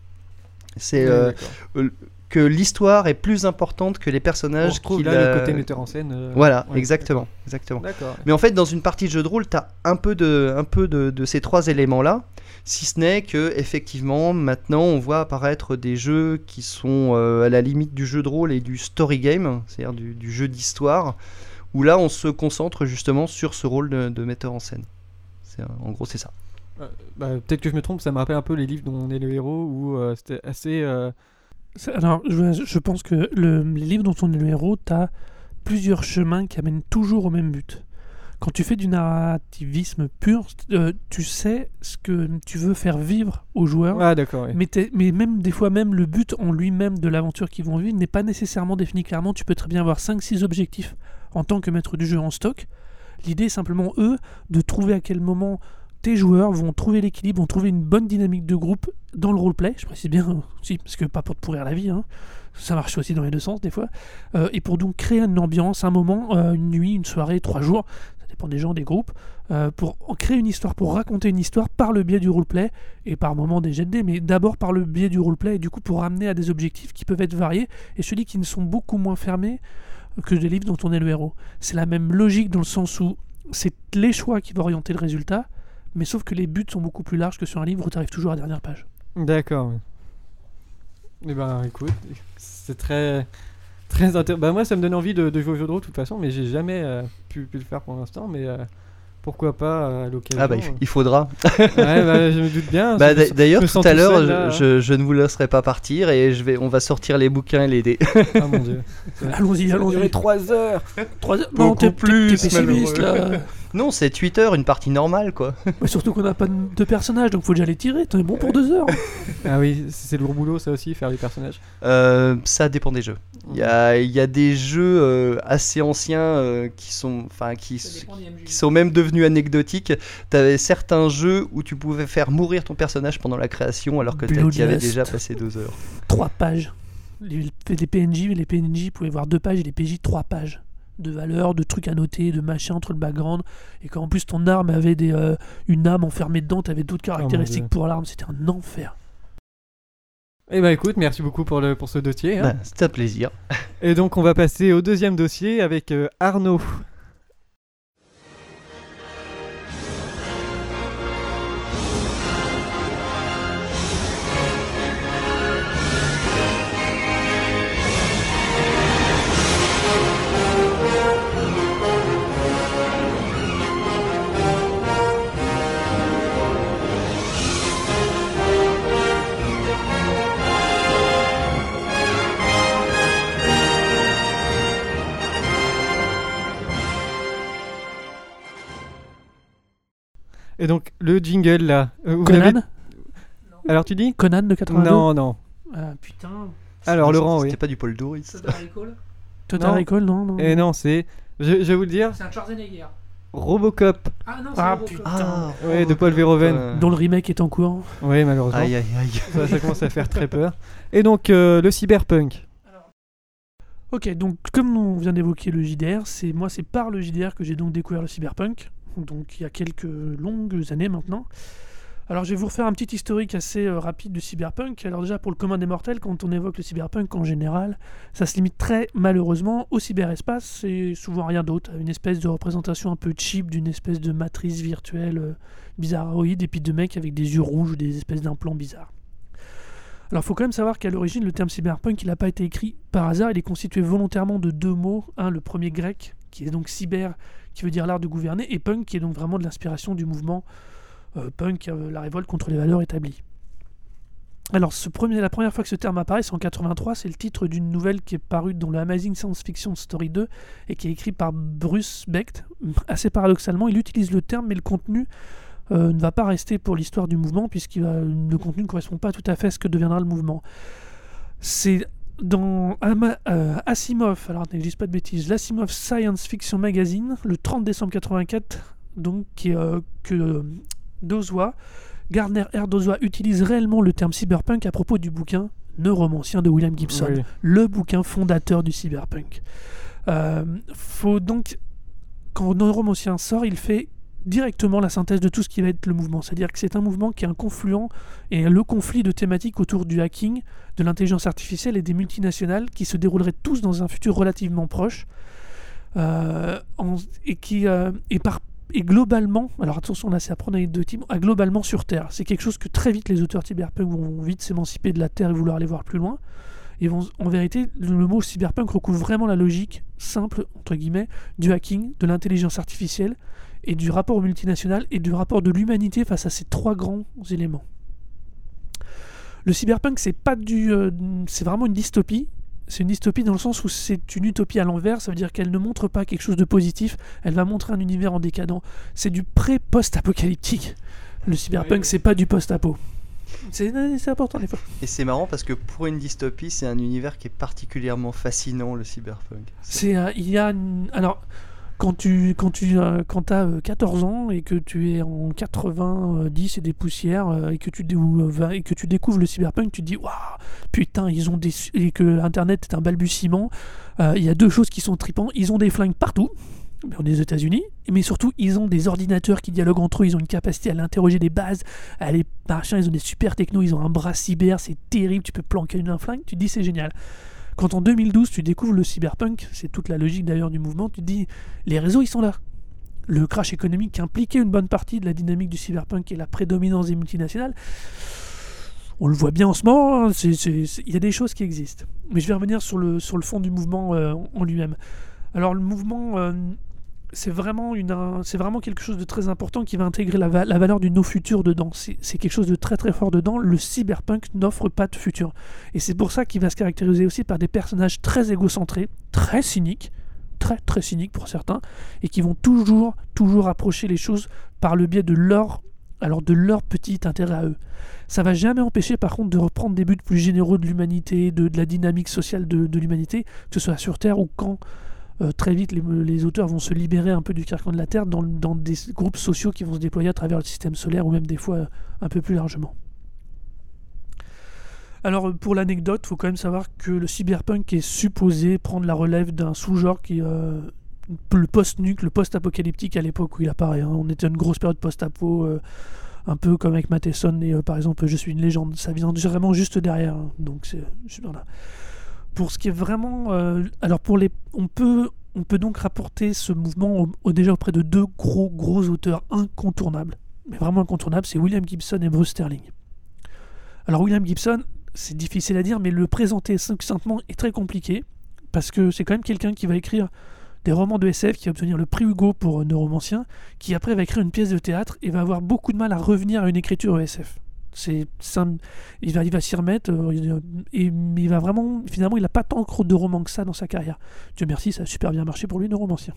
C'est Oui, euh, d'accord. que l'histoire est plus importante que les On personnages. retrouve qu'il là a- le côté metteur en scène. euh, Voilà, ouais, exactement, exactement. D'accord. Mais en fait, dans une partie de jeu de rôle, tu as un peu de, un peu de, de ces trois éléments-là. Si ce n'est que, effectivement, maintenant, on voit apparaître des jeux qui sont euh, à la limite du jeu de rôle et du story game, c'est-à-dire du, du jeu d'histoire, où là, on se concentre justement sur ce rôle de, de metteur en scène. C'est, euh, en gros, c'est ça. Euh, bah, peut-être que je me trompe, ça me rappelle un peu les livres dont on est le héros où euh, c'était assez. euh, C'est- Alors, je, je pense que le, les livres dont on est le héros, tu as plusieurs chemins qui amènent toujours au même but. Quand tu fais du narrativisme pur, euh, tu sais ce que tu veux faire vivre aux joueurs. Ah, d'accord. Ouais. Mais, t'es- mais même des fois, même le but en lui-même de l'aventure qu'ils vont vivre n'est pas nécessairement défini clairement. Tu peux très bien avoir cinq six objectifs en tant que maître du jeu en stock. L'idée est simplement, eux, de trouver à quel moment tes joueurs vont trouver l'équilibre, vont trouver une bonne dynamique de groupe dans le roleplay. Je précise bien aussi, parce que pas pour te pourrir la vie, hein. Ça marche aussi dans les deux sens des fois. Euh, et pour donc créer une ambiance, un moment, euh, une nuit, une soirée, trois jours, ça dépend des gens, des groupes, euh, pour créer une histoire, pour raconter une histoire par le biais du roleplay et par moment des jets de dés, mais d'abord par le biais du roleplay et du coup pour ramener à des objectifs qui peuvent être variés et celui qui ne sont beaucoup moins fermés que des livres dont on est le héros. C'est la même logique dans le sens où c'est les choix qui vont orienter le résultat, mais sauf que les buts sont beaucoup plus larges que sur un livre où tu arrives toujours à la dernière page. D'accord. Eh ben, écoute, c'est très, très intéressant. Bah, moi, ça me donne envie de, de jouer au jeu de rôle de toute façon, mais j'ai jamais euh, pu, pu le faire pour l'instant. Mais euh, pourquoi pas euh, à l'occasion. Ah bah il, f- il faudra. Ouais, bah, je me doute bien. Bah, Je- d'a- d'ailleurs, je me tout sens à tout l'heure, seul, là. je, je, je ne vous laisserai pas partir et je vais, on va sortir les bouquins et les dés. Ah mon dieu. Allons-y, Ça va allons-y. durer trois heures. Trois heures. Non, Beaucoup t'es, t'es- plus, t'es pessimiste là. Non, c'est huit heures, une partie normale, quoi. Mais surtout qu'on n'a pas de, de personnages, donc faut déjà les tirer. T'en es bon pour deux heures. Ah oui, c'est lourd boulot ça aussi, faire les personnages. Euh, ça dépend des jeux. Il y a, il y a des jeux euh, assez anciens euh, qui sont, enfin, qui, qui sont même devenus anecdotiques. T'avais certains jeux où tu pouvais faire mourir ton personnage pendant la création alors que tu y avais Bloodlust. déjà passé deux heures. Trois pages. Les, les P N J, les P N J pouvaient voir deux pages et les P J trois pages. De valeurs, de trucs à noter, de machin entre le background. Et qu'en plus ton arme avait des, euh, une âme enfermée dedans, t'avais d'autres caractéristiques Dieu. pour l'arme. C'était un enfer. Eh ben écoute, merci beaucoup pour, le, pour ce dossier. Hein. Bah, c'était un plaisir. Et donc on va passer au deuxième dossier avec euh, Arnaud. Et donc le jingle là. euh, vous Conan l'avez- Alors tu dis Conan de quatre-vingt-deux. Non, non. Ah putain. Alors Laurent, oui. C'était pas du Paul Douris. Total Non. Recall, non, non. Et non, c'est. Je, je vais vous le dire. C'est un Schwarzenegger. Robocop. Ah non, Ah Robocop. putain. Ouais, de Paul Verhoeven. Euh, Dont le remake est en cours. Oui, malheureusement. Aïe aïe aïe. Ça, ça commence à faire très peur. Et donc euh, le cyberpunk. Ok, donc comme on vient d'évoquer le J D R, c'est moi c'est par le J D R que j'ai donc découvert le cyberpunk, donc il y a quelques longues années maintenant. Alors je vais vous refaire un petit historique assez euh, rapide du cyberpunk. Alors déjà pour le commun des mortels, quand on évoque le cyberpunk en général, ça se limite très malheureusement au cyberespace, c'est souvent rien d'autre, une espèce de représentation un peu cheap d'une espèce de matrice virtuelle euh, bizarroïde et puis de mecs avec des yeux rouges ou des espèces d'implants bizarres. Alors il faut quand même savoir qu'à l'origine le terme cyberpunk il n'a pas été écrit par hasard, il est constitué volontairement de deux mots, un le premier grec qui est donc cyber qui veut dire l'art de gouverner et punk qui est donc vraiment de l'inspiration du mouvement euh, punk, euh, la révolte contre les valeurs établies. Alors ce premier, la première fois que ce terme apparaît c'est en quatre-vingt-trois, c'est le titre d'une nouvelle qui est parue dans le Amazing Science Fiction Story deux et qui est écrit par Bruce Becht. Assez paradoxalement il utilise le terme mais le contenu Euh, ne va pas rester pour l'histoire du mouvement puisque le contenu ne correspond pas tout à fait à ce que deviendra le mouvement. C'est dans Ama- euh, Asimov, alors ne dis pas de bêtises, l'Asimov Science Fiction Magazine, le trente décembre quatre-vingt-quatre, donc qui, euh, que euh, Dozois, Gardner R. Dozois utilise réellement le terme cyberpunk à propos du bouquin Neuromancien de William Gibson, Oui. le bouquin fondateur du cyberpunk. Euh, faut donc, quand Neuromancien sort, il fait directement la synthèse de tout ce qui va être le mouvement. C'est-à-dire que c'est un mouvement qui est un confluent et le conflit de thématiques autour du hacking, de l'intelligence artificielle et des multinationales qui se dérouleraient tous dans un futur relativement proche euh, en- et qui euh, est, par, est globalement, alors attention là c'est à prendre avec deux types, à globalement sur Terre. C'est quelque chose que très vite les auteurs cyberpunk vont vite s'émanciper de la Terre et vouloir aller voir plus loin. Et vont, en vérité, le, le mot cyberpunk recouvre vraiment la logique simple, entre guillemets, du hacking, de l'intelligence artificielle et du rapport aux multinationales et du rapport de l'humanité face à ces trois grands éléments. Le cyberpunk, c'est pas du, euh, c'est vraiment une dystopie. C'est une dystopie dans le sens où c'est une utopie à l'envers, ça veut dire qu'elle ne montre pas quelque chose de positif, elle va montrer un univers en décadent. C'est du pré-post-apocalyptique. Le cyberpunk, Oui. c'est pas du post-apo. C'est, c'est important des fois. Et c'est marrant parce que pour une dystopie, c'est un univers qui est particulièrement fascinant, le cyberpunk. C'est, euh, il y a une- alors quand tu quand tu euh, quand t'as euh, quatorze ans et que tu es en quatre-vingt-dix et des poussières euh, et que tu dé- ou, euh, vingt et que tu découvres le cyberpunk, tu te dis waouh putain ils ont des su- et que internet est un balbutiement. Euh, Il y a deux choses qui sont tripants, ils ont des flingues partout. Mais on est aux États-Unis, mais surtout ils ont des ordinateurs qui dialoguent entre eux, ils ont une capacité à l'interroger des bases, à les machin, ils ont des super technos, ils ont un bras cyber, c'est terrible, tu peux planquer une flingue, tu te dis c'est génial. Quand en deux mille douze tu découvres le cyberpunk, c'est toute la logique d'ailleurs du mouvement, tu te dis les réseaux ils sont là. le crash économique qui impliquait une bonne partie de la dynamique du cyberpunk et la prédominance des multinationales, on le voit bien en ce moment, il y a des choses qui existent. Mais je vais revenir sur le, sur le fond du mouvement euh, en lui-même. Alors le mouvement, euh, c'est, vraiment une, un, c'est vraiment quelque chose de très important qui va intégrer la, va- la valeur du no-futur dedans. C'est, c'est quelque chose de très très fort dedans. Le cyberpunk n'offre pas de futur. Et c'est pour ça qu'il va se caractériser aussi par des personnages très égocentrés, très cyniques, très très cyniques pour certains, et qui vont toujours, toujours approcher les choses par le biais de leur, alors de leur petit intérêt à eux. Ça va jamais empêcher par contre de reprendre des buts plus généraux de l'humanité, de, de la dynamique sociale de, de l'humanité, que ce soit sur Terre ou quand euh, très vite les, les auteurs vont se libérer un peu du carcan de la Terre dans, dans des groupes sociaux qui vont se déployer à travers le système solaire ou même des fois euh, un peu plus largement. Alors pour l'anecdote, il faut quand même savoir que le cyberpunk est supposé prendre la relève d'un sous-genre qui est euh, le post-nuke, le post-apocalyptique à l'époque où il apparaît. Hein. On était à une grosse période post-apo, euh, un peu comme avec Matheson et euh, par exemple Je suis une légende. Ça vient vraiment juste derrière. Hein. Donc c'est, voilà. Pour ce qui est vraiment... Euh, alors pour les... On peut, on peut donc rapporter ce mouvement au, au, déjà auprès de deux gros gros auteurs incontournables. Mais vraiment incontournables, c'est William Gibson et Bruce Sterling. Alors William Gibson, c'est difficile à dire, mais le présenter succinctement est très compliqué, parce que c'est quand même quelqu'un qui va écrire des romans de S F, qui va obtenir le prix Hugo pour Neuromancien, qui après va écrire une pièce de théâtre et va avoir beaucoup de mal à revenir à une écriture E S F. C'est, ça, il, va, il va s'y remettre, euh, et il va vraiment, finalement, il n'a pas tant de romans que ça dans sa carrière. Dieu merci, ça a super bien marché pour lui, Neuromancien.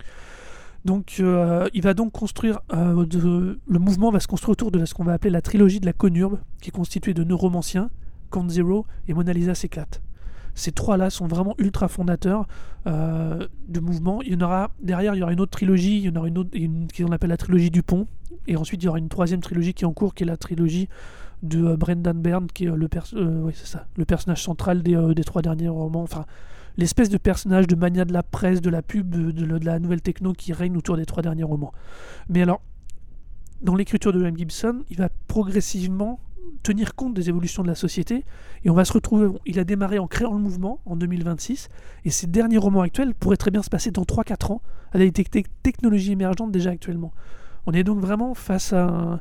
Donc, euh, il va donc construire, euh, de, le mouvement va se construire autour de ce qu'on va appeler la trilogie de la Conurbe, qui est constituée de Neuromancien, Count Zero et Mona Lisa s'éclate. Ces trois-là sont vraiment ultra fondateurs euh, du mouvement. Il y en aura, derrière, il y aura une autre trilogie, il y en aura une autre une, qu'on appelle la trilogie du pont, et ensuite il y aura une troisième trilogie qui est en cours, qui est la trilogie de euh, Brendan Byrne, qui est le, pers- euh, ouais, c'est ça, le personnage central des, euh, des trois derniers romans. Enfin, l'espèce de personnage de mania de la presse, de la pub, de, de, de la nouvelle techno qui règne autour des trois derniers romans. Mais alors, dans l'écriture de William Gibson, il va progressivement tenir compte des évolutions de la société, et on va se retrouver, il a démarré en créant le mouvement en deux mille vingt-six, et ses derniers romans actuels pourraient très bien se passer dans trois à quatre ans, avec des te- technologies émergentes déjà actuellement. On est donc vraiment face à un,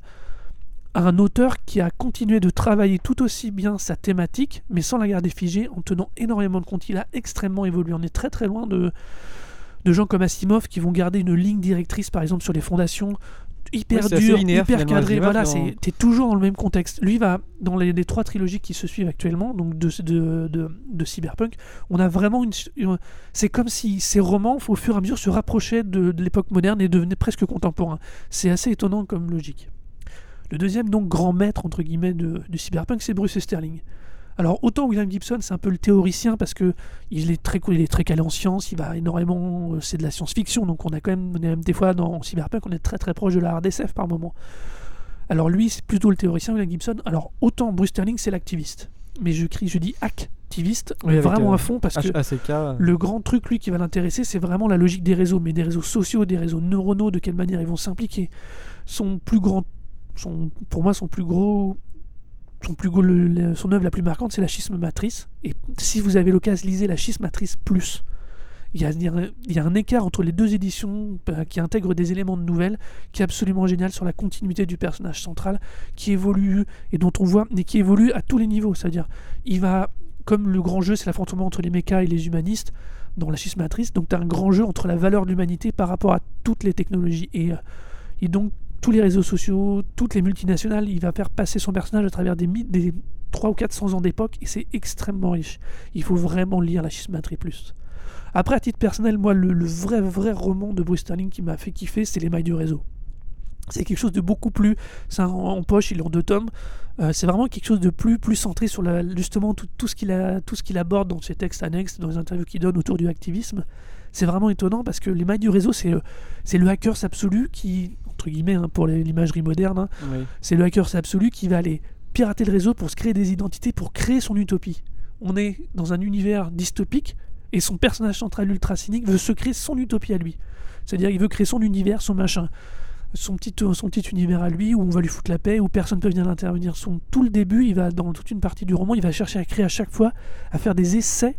à un auteur qui a continué de travailler tout aussi bien sa thématique, mais sans la garder figée, en tenant énormément de compte. Il a extrêmement évolué. On est très très loin de, de gens comme Asimov qui vont garder une ligne directrice, par exemple, sur les fondations, hyper oui, dur, linéaire, hyper cadré. Voilà, dans... c'est, t'es toujours dans le même contexte. Lui va dans les, les trois trilogies qui se suivent actuellement, donc de, de, de, de Cyberpunk. On a vraiment une, une, c'est comme si ces romans, au fur et à mesure, se rapprochaient de, de l'époque moderne et devenaient presque contemporains. C'est assez étonnant comme logique. Le deuxième donc grand maître entre guillemets de, du Cyberpunk, c'est Bruce Sterling. Alors autant William Gibson, c'est un peu le théoricien parce que il est très il est très calé en sciences, il va énormément, c'est de la science-fiction, donc on a quand même, on est même des fois dans Cyberpunk, on est très très proche de la hard S F par moment. Alors lui, c'est plutôt le théoricien, William Gibson. Alors autant Bruce Sterling, c'est l'activiste, mais je crie, je dis activiste, oui, vraiment euh, à fond, parce H- que A C K, euh... le grand truc lui qui va l'intéresser, c'est vraiment la logique des réseaux, mais des réseaux sociaux, des réseaux neuronaux, de quelle manière ils vont s'impliquer. Son plus grand, son, pour moi, son plus gros Son, plus gros, le, le, son œuvre la plus marquante, c'est la Schisme Matrice. Et si vous avez l'occasion, lisez la Schisme Matrice Plus. Il y, a, il y a un écart entre les deux éditions euh, qui intègrent des éléments de nouvelles qui est absolument génial sur la continuité du personnage central qui évolue et dont on voit, mais qui évolue à tous les niveaux. C'est-à-dire, il va, comme le grand jeu, c'est l'affrontement entre les mechas et les humanistes dans la Schisme Matrice. Donc, tu as un grand jeu entre la valeur de l'humanité par rapport à toutes les technologies. Et, euh, et donc, tous les réseaux sociaux, toutes les multinationales, il va faire passer son personnage à travers des, des trois ou quatre cents ans d'époque, et c'est extrêmement riche. Il faut vraiment lire la Schisme Matrice Plus. Après, à titre personnel, moi, le, le vrai, vrai roman de Bruce Sterling qui m'a fait kiffer, c'est Les Mailles du Réseau. C'est quelque chose de beaucoup plus... C'est un, en poche, il est en deux tomes. Euh, c'est vraiment quelque chose de plus, plus centré sur la, justement tout, tout, ce qu'il a, tout ce qu'il aborde dans ses textes annexes, dans les interviews qu'il donne autour du activisme. C'est vraiment étonnant parce que Les Mailles du Réseau, c'est, c'est le hacker absolu qui... entre guillemets, hein, pour les, l'imagerie moderne, hein, oui. C'est le hacker absolu qui va aller pirater le réseau pour se créer des identités, pour créer son utopie. On est dans un univers dystopique et son personnage central ultra cynique veut se créer son utopie à lui. C'est-à-dire il veut créer son univers, son machin, son petit, son petit univers à lui où on va lui foutre la paix, où personne ne peut venir l'intervenir. Son, tout le début, il va, dans toute une partie du roman, il va chercher à créer à chaque fois, à faire des essais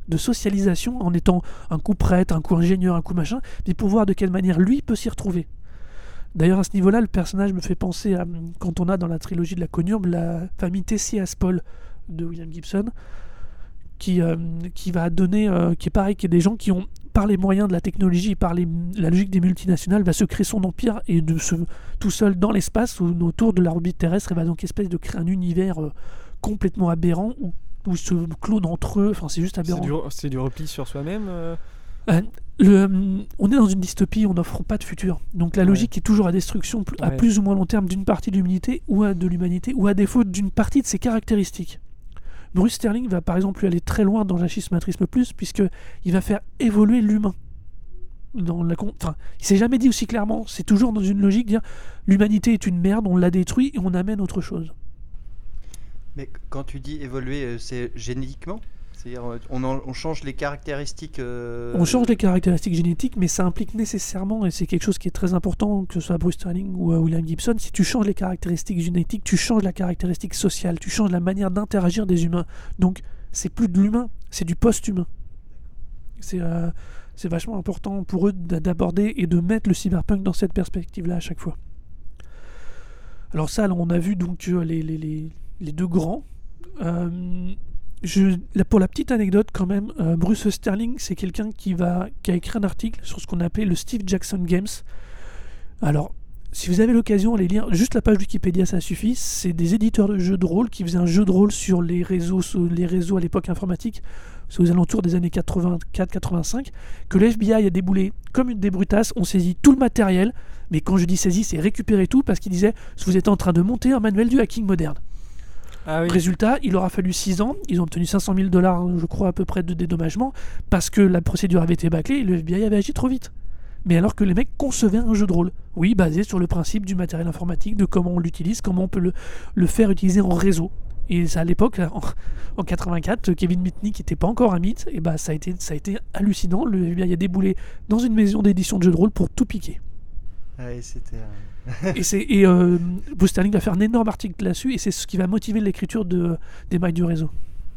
de socialisation en étant un coup prêtre, un coup ingénieur, un coup machin, mais pour voir de quelle manière lui peut s'y retrouver. D'ailleurs, à ce niveau-là, le personnage me fait penser à quand on a dans la trilogie de la Conurbe la famille Tessier-Aspol de William Gibson, qui, euh, qui va donner, euh, qui est pareil, qui est des gens qui ont, par les moyens de la technologie, par les, la logique des multinationales, va se créer son empire et de se, tout seul dans l'espace ou autour de l'orbite terrestre, et va donc espèce de créer un univers euh, complètement aberrant où, où ils se clonent entre eux. Enfin, c'est juste aberrant. C'est du, c'est du repli sur soi-même. Euh... Euh, le, on est dans une dystopie, on n'offre pas de futur. Donc la logique ouais. est toujours à destruction à ouais. plus ou moins long terme d'une partie de l'humanité ou à, de l'humanité ou à défaut d'une partie de ses caractéristiques. Bruce Sterling va par exemple aller très loin dans l'Achismatrisme plus, puisqu'il va faire évoluer l'humain. Dans la, enfin, il s'est jamais dit aussi clairement, c'est toujours dans une logique de dire l'humanité est une merde, on l'a détruit et on amène autre chose. Mais quand tu dis évoluer, c'est génétiquement ? C'est-à-dire on, en, on change les caractéristiques euh... On change les caractéristiques génétiques, mais ça implique nécessairement, et c'est quelque chose qui est très important, que ce soit Bruce Sterling ou uh, William Gibson, si tu changes les caractéristiques génétiques, tu changes la caractéristique sociale, tu changes la manière d'interagir des humains. Donc c'est plus de l'humain, c'est du post-humain. C'est, euh, c'est vachement important pour eux d'aborder et de mettre le cyberpunk dans cette perspective-là à chaque fois. Alors ça, là, on a vu donc les, les, les, les deux grands. Euh, Je, là, pour la petite anecdote quand même, euh, Bruce Sterling, c'est quelqu'un qui, va, qui a écrit un article sur ce qu'on appelait le Steve Jackson Games. Alors, si vous avez l'occasion, allez lire juste la page Wikipédia, ça suffit. C'est des éditeurs de jeux de rôle qui faisaient un jeu de rôle sur les réseaux, sur les réseaux à l'époque informatique, c'est aux alentours des années quatre-vingt-quatre quatre-vingt-cinq, que le F B I a déboulé comme une des brutasses, on saisit tout le matériel, mais quand je dis saisi, c'est récupérer tout, parce qu'il disait, vous êtes en train de monter un manuel du hacking moderne. Ah oui. Résultat, il aura fallu six ans, ils ont obtenu cinq cent mille dollars, je crois, à peu près de dédommagement, parce que la procédure avait été bâclée et le F B I avait agi trop vite. Mais alors que les mecs concevaient un jeu de rôle, oui, basé sur le principe du matériel informatique, de comment on l'utilise, comment on peut le, le faire utiliser en réseau. Et ça, à l'époque, en, en quatre-vingt-quatre, Kevin Mitnick n'était pas encore un mythe, et bah ça a été, ça a été hallucinant, le F B I a déboulé dans une maison d'édition de jeux de rôle pour tout piquer. Ouais, c'était... Un... et c'est, et euh, Bruce Sterling va faire un énorme article là-dessus, et c'est ce qui va motiver l'écriture de, des mailles du réseau.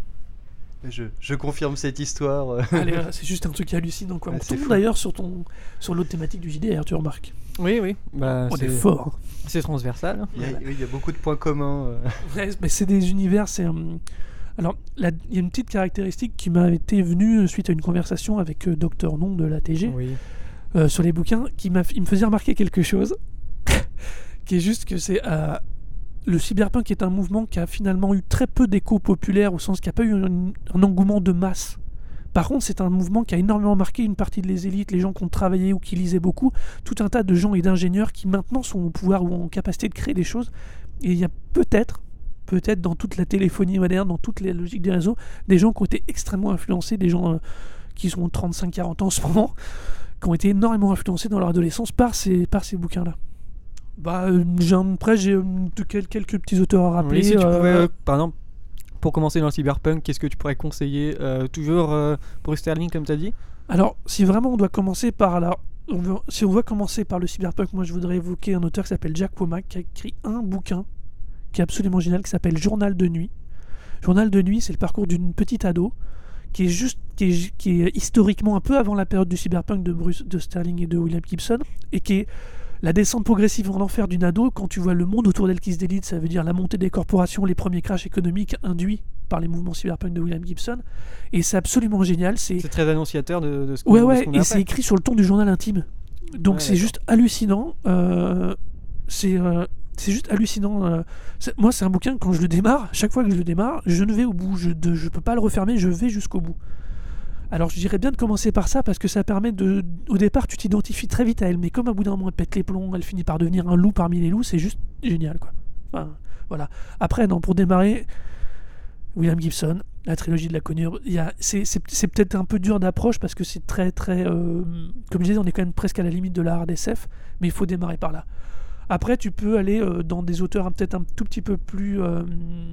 Je, je confirme cette histoire. Allez, c'est juste un truc hallucinant, quoi. Ouais, on tombe d'ailleurs sur, ton, sur l'autre thématique du J D R, tu remarques. Oui, oui. Bah, on c'est, est fort. C'est transversal. Il y, a, oui, il y a beaucoup de points communs. Euh. Ouais, mais c'est des univers, c'est... Um... Alors, il y a une petite caractéristique qui m'a été venue suite à une conversation avec euh, Docteur Non de l'A T G. Oui. Euh, sur les bouquins, qui m'a, il me faisait remarquer quelque chose, qui est juste que c'est euh, le cyberpunk est un mouvement qui a finalement eu très peu d'écho populaire, au sens qu'il n'y a pas eu un, un engouement de masse. Par contre, c'est un mouvement qui a énormément marqué une partie de les élites, les gens qui ont travaillé ou qui lisaient beaucoup, tout un tas de gens et d'ingénieurs qui maintenant sont au pouvoir ou en capacité de créer des choses. Et il y a peut-être, peut-être dans toute la téléphonie moderne, dans toutes les logiques des réseaux, des gens qui ont été extrêmement influencés, des gens euh, qui sont trente-cinq quarante ans en ce moment, qui ont été énormément influencés dans leur adolescence par ces, par ces bouquins-là. Bah, euh, j'ai, après, j'ai euh, quelques, quelques petits auteurs à rappeler. Oui, si tu euh, pouvais, euh, par exemple, pour commencer dans le cyberpunk, qu'est-ce que tu pourrais conseiller euh, Toujours euh, Bruce Sterling, comme tu as dit. Alors, si vraiment on doit commencer par... Alors, on veut, si on veut commencer par le cyberpunk, moi je voudrais évoquer un auteur qui s'appelle Jack Womack, qui a écrit un bouquin qui est absolument génial, qui s'appelle Journal de nuit. Journal de nuit, c'est le parcours d'une petite ado qui est juste qui est, qui est historiquement un peu avant la période du cyberpunk de Bruce de Sterling et de William Gibson, et qui est la descente progressive en enfer d'une ado quand tu vois le monde autour d'elle qui se délite. Ça veut dire la montée des corporations, les premiers crashs économiques induits par les mouvements cyberpunk de William Gibson, et c'est absolument génial. C'est, c'est très annonciateur de, de ce qu'on, ouais ouais de ce qu'on et a c'est fait. écrit sur le ton du journal intime, donc ouais, c'est d'accord. Juste hallucinant. Euh, c'est euh, C'est juste hallucinant. Euh, c'est, moi, c'est un bouquin, quand je le démarre, chaque fois que je le démarre, je ne vais au bout. Je ne peux pas le refermer, je vais jusqu'au bout. Alors, je dirais bien de commencer par ça, parce que ça permet de... Au départ, tu t'identifies très vite à elle, mais comme à bout d'un moment, elle pète les plombs, elle finit par devenir un loup parmi les loups, c'est juste génial, quoi. Enfin, voilà. Après, non, pour démarrer, William Gibson, la trilogie de la Conurbe, il y a, c'est, c'est, c'est peut-être un peu dur d'approche, parce que c'est très, très... Euh, comme je disais, on est quand même presque à la limite de la hard S F, mais il faut démarrer par là. Après, tu peux aller euh, dans des auteurs hein, peut-être un tout petit peu plus... Euh,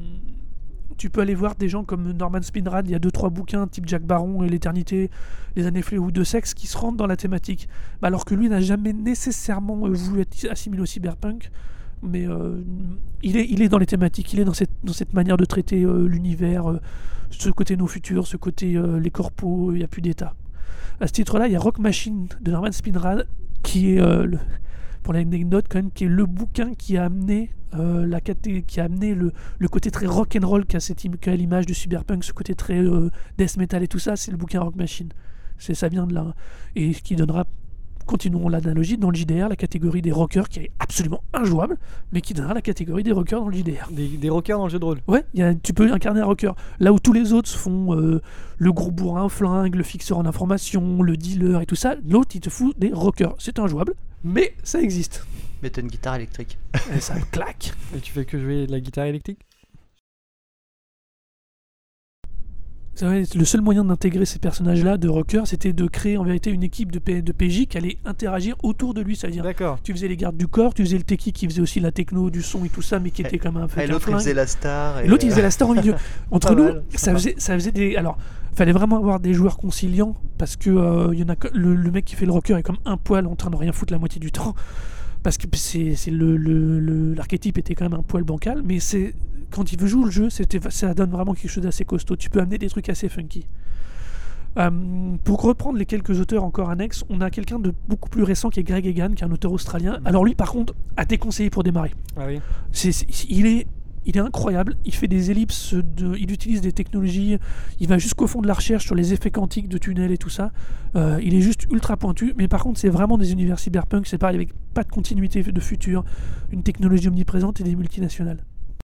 tu peux aller voir des gens comme Norman Spinrad, il y a deux trois bouquins, type Jack Baron et l'Éternité, les années fléaux de sexe, qui se rentrent dans la thématique. Bah, alors que lui n'a jamais nécessairement euh, voulu être assimilé au cyberpunk. mais euh, il, est, il est dans les thématiques, il est dans cette, dans cette manière de traiter euh, l'univers, euh, ce côté nos futurs, ce côté euh, les corpos, il n'y a plus d'état. À ce titre-là, il y a Rock Machine de Norman Spinrad, qui est, euh, le, pour l'anecdote quand même, qui est le bouquin qui a amené, euh, la caté- qui a amené le, le côté très rock'n'roll qu'a, cette im- qu'a l'image du cyberpunk, ce côté très euh, death metal et tout ça, c'est le bouquin Rock Machine. C'est, ça vient de là. Et qui donnera, continuons l'analogie, dans le J D R, la catégorie des rockers qui est absolument injouable, mais qui donnera la catégorie des rockers dans le J D R. Des, des rockers dans le jeu de rôle. Ouais, y a, tu peux incarner un rocker. Là où tous les autres font euh, le gros bourrin au flingue, le fixeur en information, le dealer et tout ça, l'autre il te fout des rockers. C'est injouable, mais ça existe. Mais t'as une guitare électrique. Et ça claque. Et tu fais que jouer de la guitare électrique? C'est vrai, le seul moyen d'intégrer ces personnages-là de rockers, c'était de créer en vérité une équipe de, P- de P J qui allait interagir autour de lui. C'est-à-dire, D'accord. tu faisais les gardes du corps, tu faisais le techie qui faisait aussi la techno, du son et tout ça, mais qui était comme un peu. Et l'autre il faisait la star. Et, Et l'autre il euh, faisait la star au milieu. Entre Pas nous, mal, ça sympa. faisait, ça faisait des. Alors, fallait vraiment avoir des joueurs conciliants parce que euh, y en a que- le, le mec qui fait le rocker est comme un poil en train de rien foutre la moitié du temps. Parce que c'est, c'est le, le- le- l'archétype était quand même un poil bancal, mais c'est quand il veut jouer le jeu, c'était, ça donne vraiment quelque chose d'assez costaud. Tu peux amener des trucs assez funky. Euh, pour reprendre les quelques auteurs encore annexes, on a quelqu'un de beaucoup plus récent qui est Greg Egan, qui est un auteur australien. Alors lui, par contre, à déconseiller pour démarrer. Ah oui. C'est, c'est- il, est, il est incroyable, il fait des ellipses, de, il utilise des technologies, il va jusqu'au fond de la recherche sur les effets quantiques de tunnels et tout ça. Euh, il est juste ultra pointu, mais par contre c'est vraiment des univers cyberpunk, c'est pareil avec pas de continuité de futur, une technologie omniprésente et des multinationales.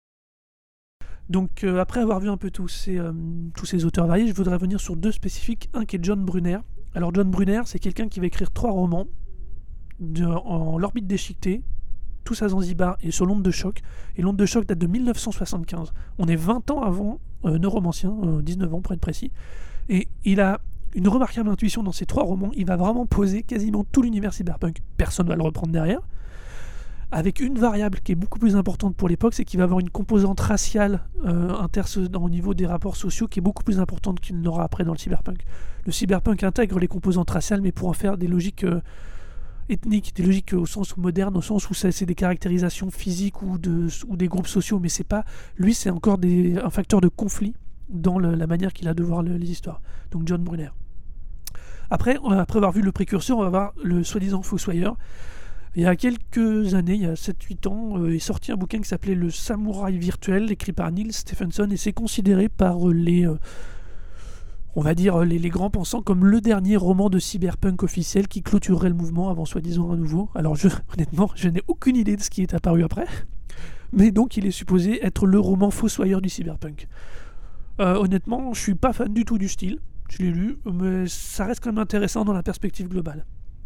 Donc euh, après avoir vu un peu tous ces, euh, tous ces auteurs variés, je voudrais revenir sur deux spécifiques, un qui est John Brunner. Alors John Brunner, c'est quelqu'un qui va écrire trois romans de, en l'orbite déchiquetée, tous à Zanzibar et sur l'onde de choc. Et l'onde de choc date de dix-neuf cent soixante-quinze. On est vingt ans avant euh, Neuromancien, euh, dix-neuf ans pour être précis. Et il a une remarquable intuition dans ces trois romans. Il va vraiment poser quasiment tout l'univers cyberpunk. Personne ne va le reprendre derrière. Avec une variable qui est beaucoup plus importante pour l'époque, c'est qu'il va avoir une composante raciale euh, interso- au niveau des rapports sociaux qui est beaucoup plus importante qu'il n'aura après dans le cyberpunk. Le cyberpunk intègre les composantes raciales, mais pour en faire des logiques euh, ethniques, des logiques au sens moderne, au sens où ça, c'est des caractérisations physiques ou, de, ou des groupes sociaux, mais c'est pas. Lui, c'est encore des, un facteur de conflit dans le, la manière qu'il a de voir le, les histoires. Donc John Brunner. Après, on- après avoir vu le précurseur, on va voir le soi-disant Fossoyeur. Il y a quelques années, il y a sept huit ans, euh, est sorti un bouquin qui s'appelait Le Samouraï virtuel, écrit par Neil Stephenson, et c'est considéré par euh, les, euh, on va dire, les, les grands pensants comme le dernier roman de cyberpunk officiel qui clôturerait le mouvement avant soi-disant un nouveau. Alors je, honnêtement, je n'ai aucune idée de ce qui est apparu après, mais donc il est supposé être le roman fossoyeur du cyberpunk. Euh, honnêtement, je suis pas fan du tout du style, je l'ai lu, mais ça reste quand même intéressant dans la perspective globale.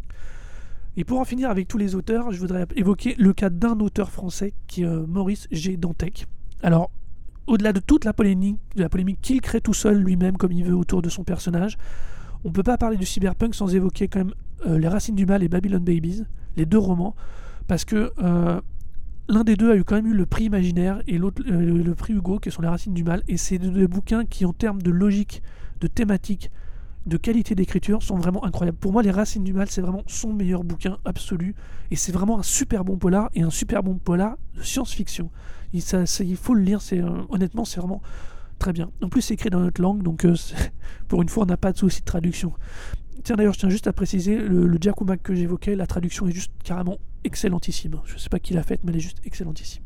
Et pour en finir avec tous les auteurs, je voudrais évoquer le cas d'un auteur français qui est euh, Maurice G. Dantec. Alors, au-delà de toute la polémique, de la polémique qu'il crée tout seul lui-même comme il veut autour de son personnage, on ne peut pas parler du cyberpunk sans évoquer quand même euh, Les Racines du Mal et Babylon Babies, les deux romans, parce que euh, l'un des deux a eu quand même eu le prix Imaginaire et l'autre euh, le, le prix Hugo, qui sont Les Racines du Mal, et c'est deux, deux bouquins qui, en termes de logique, de thématique, de qualité d'écriture, sont vraiment incroyables. Pour moi, Les Racines du Mal, c'est vraiment son meilleur bouquin absolu, et c'est vraiment un super bon polar, et un super bon polar de science-fiction. Il, ça, ça, il faut le lire, c'est, euh, honnêtement, c'est vraiment très bien. En plus, c'est écrit dans notre langue, donc euh, pour une fois, on n'a pas de souci de traduction. Tiens, d'ailleurs, je tiens juste à préciser, le, le Giacomac que j'évoquais, la traduction est juste carrément excellentissime. Je ne sais pas qui l'a faite, mais elle est juste excellentissime.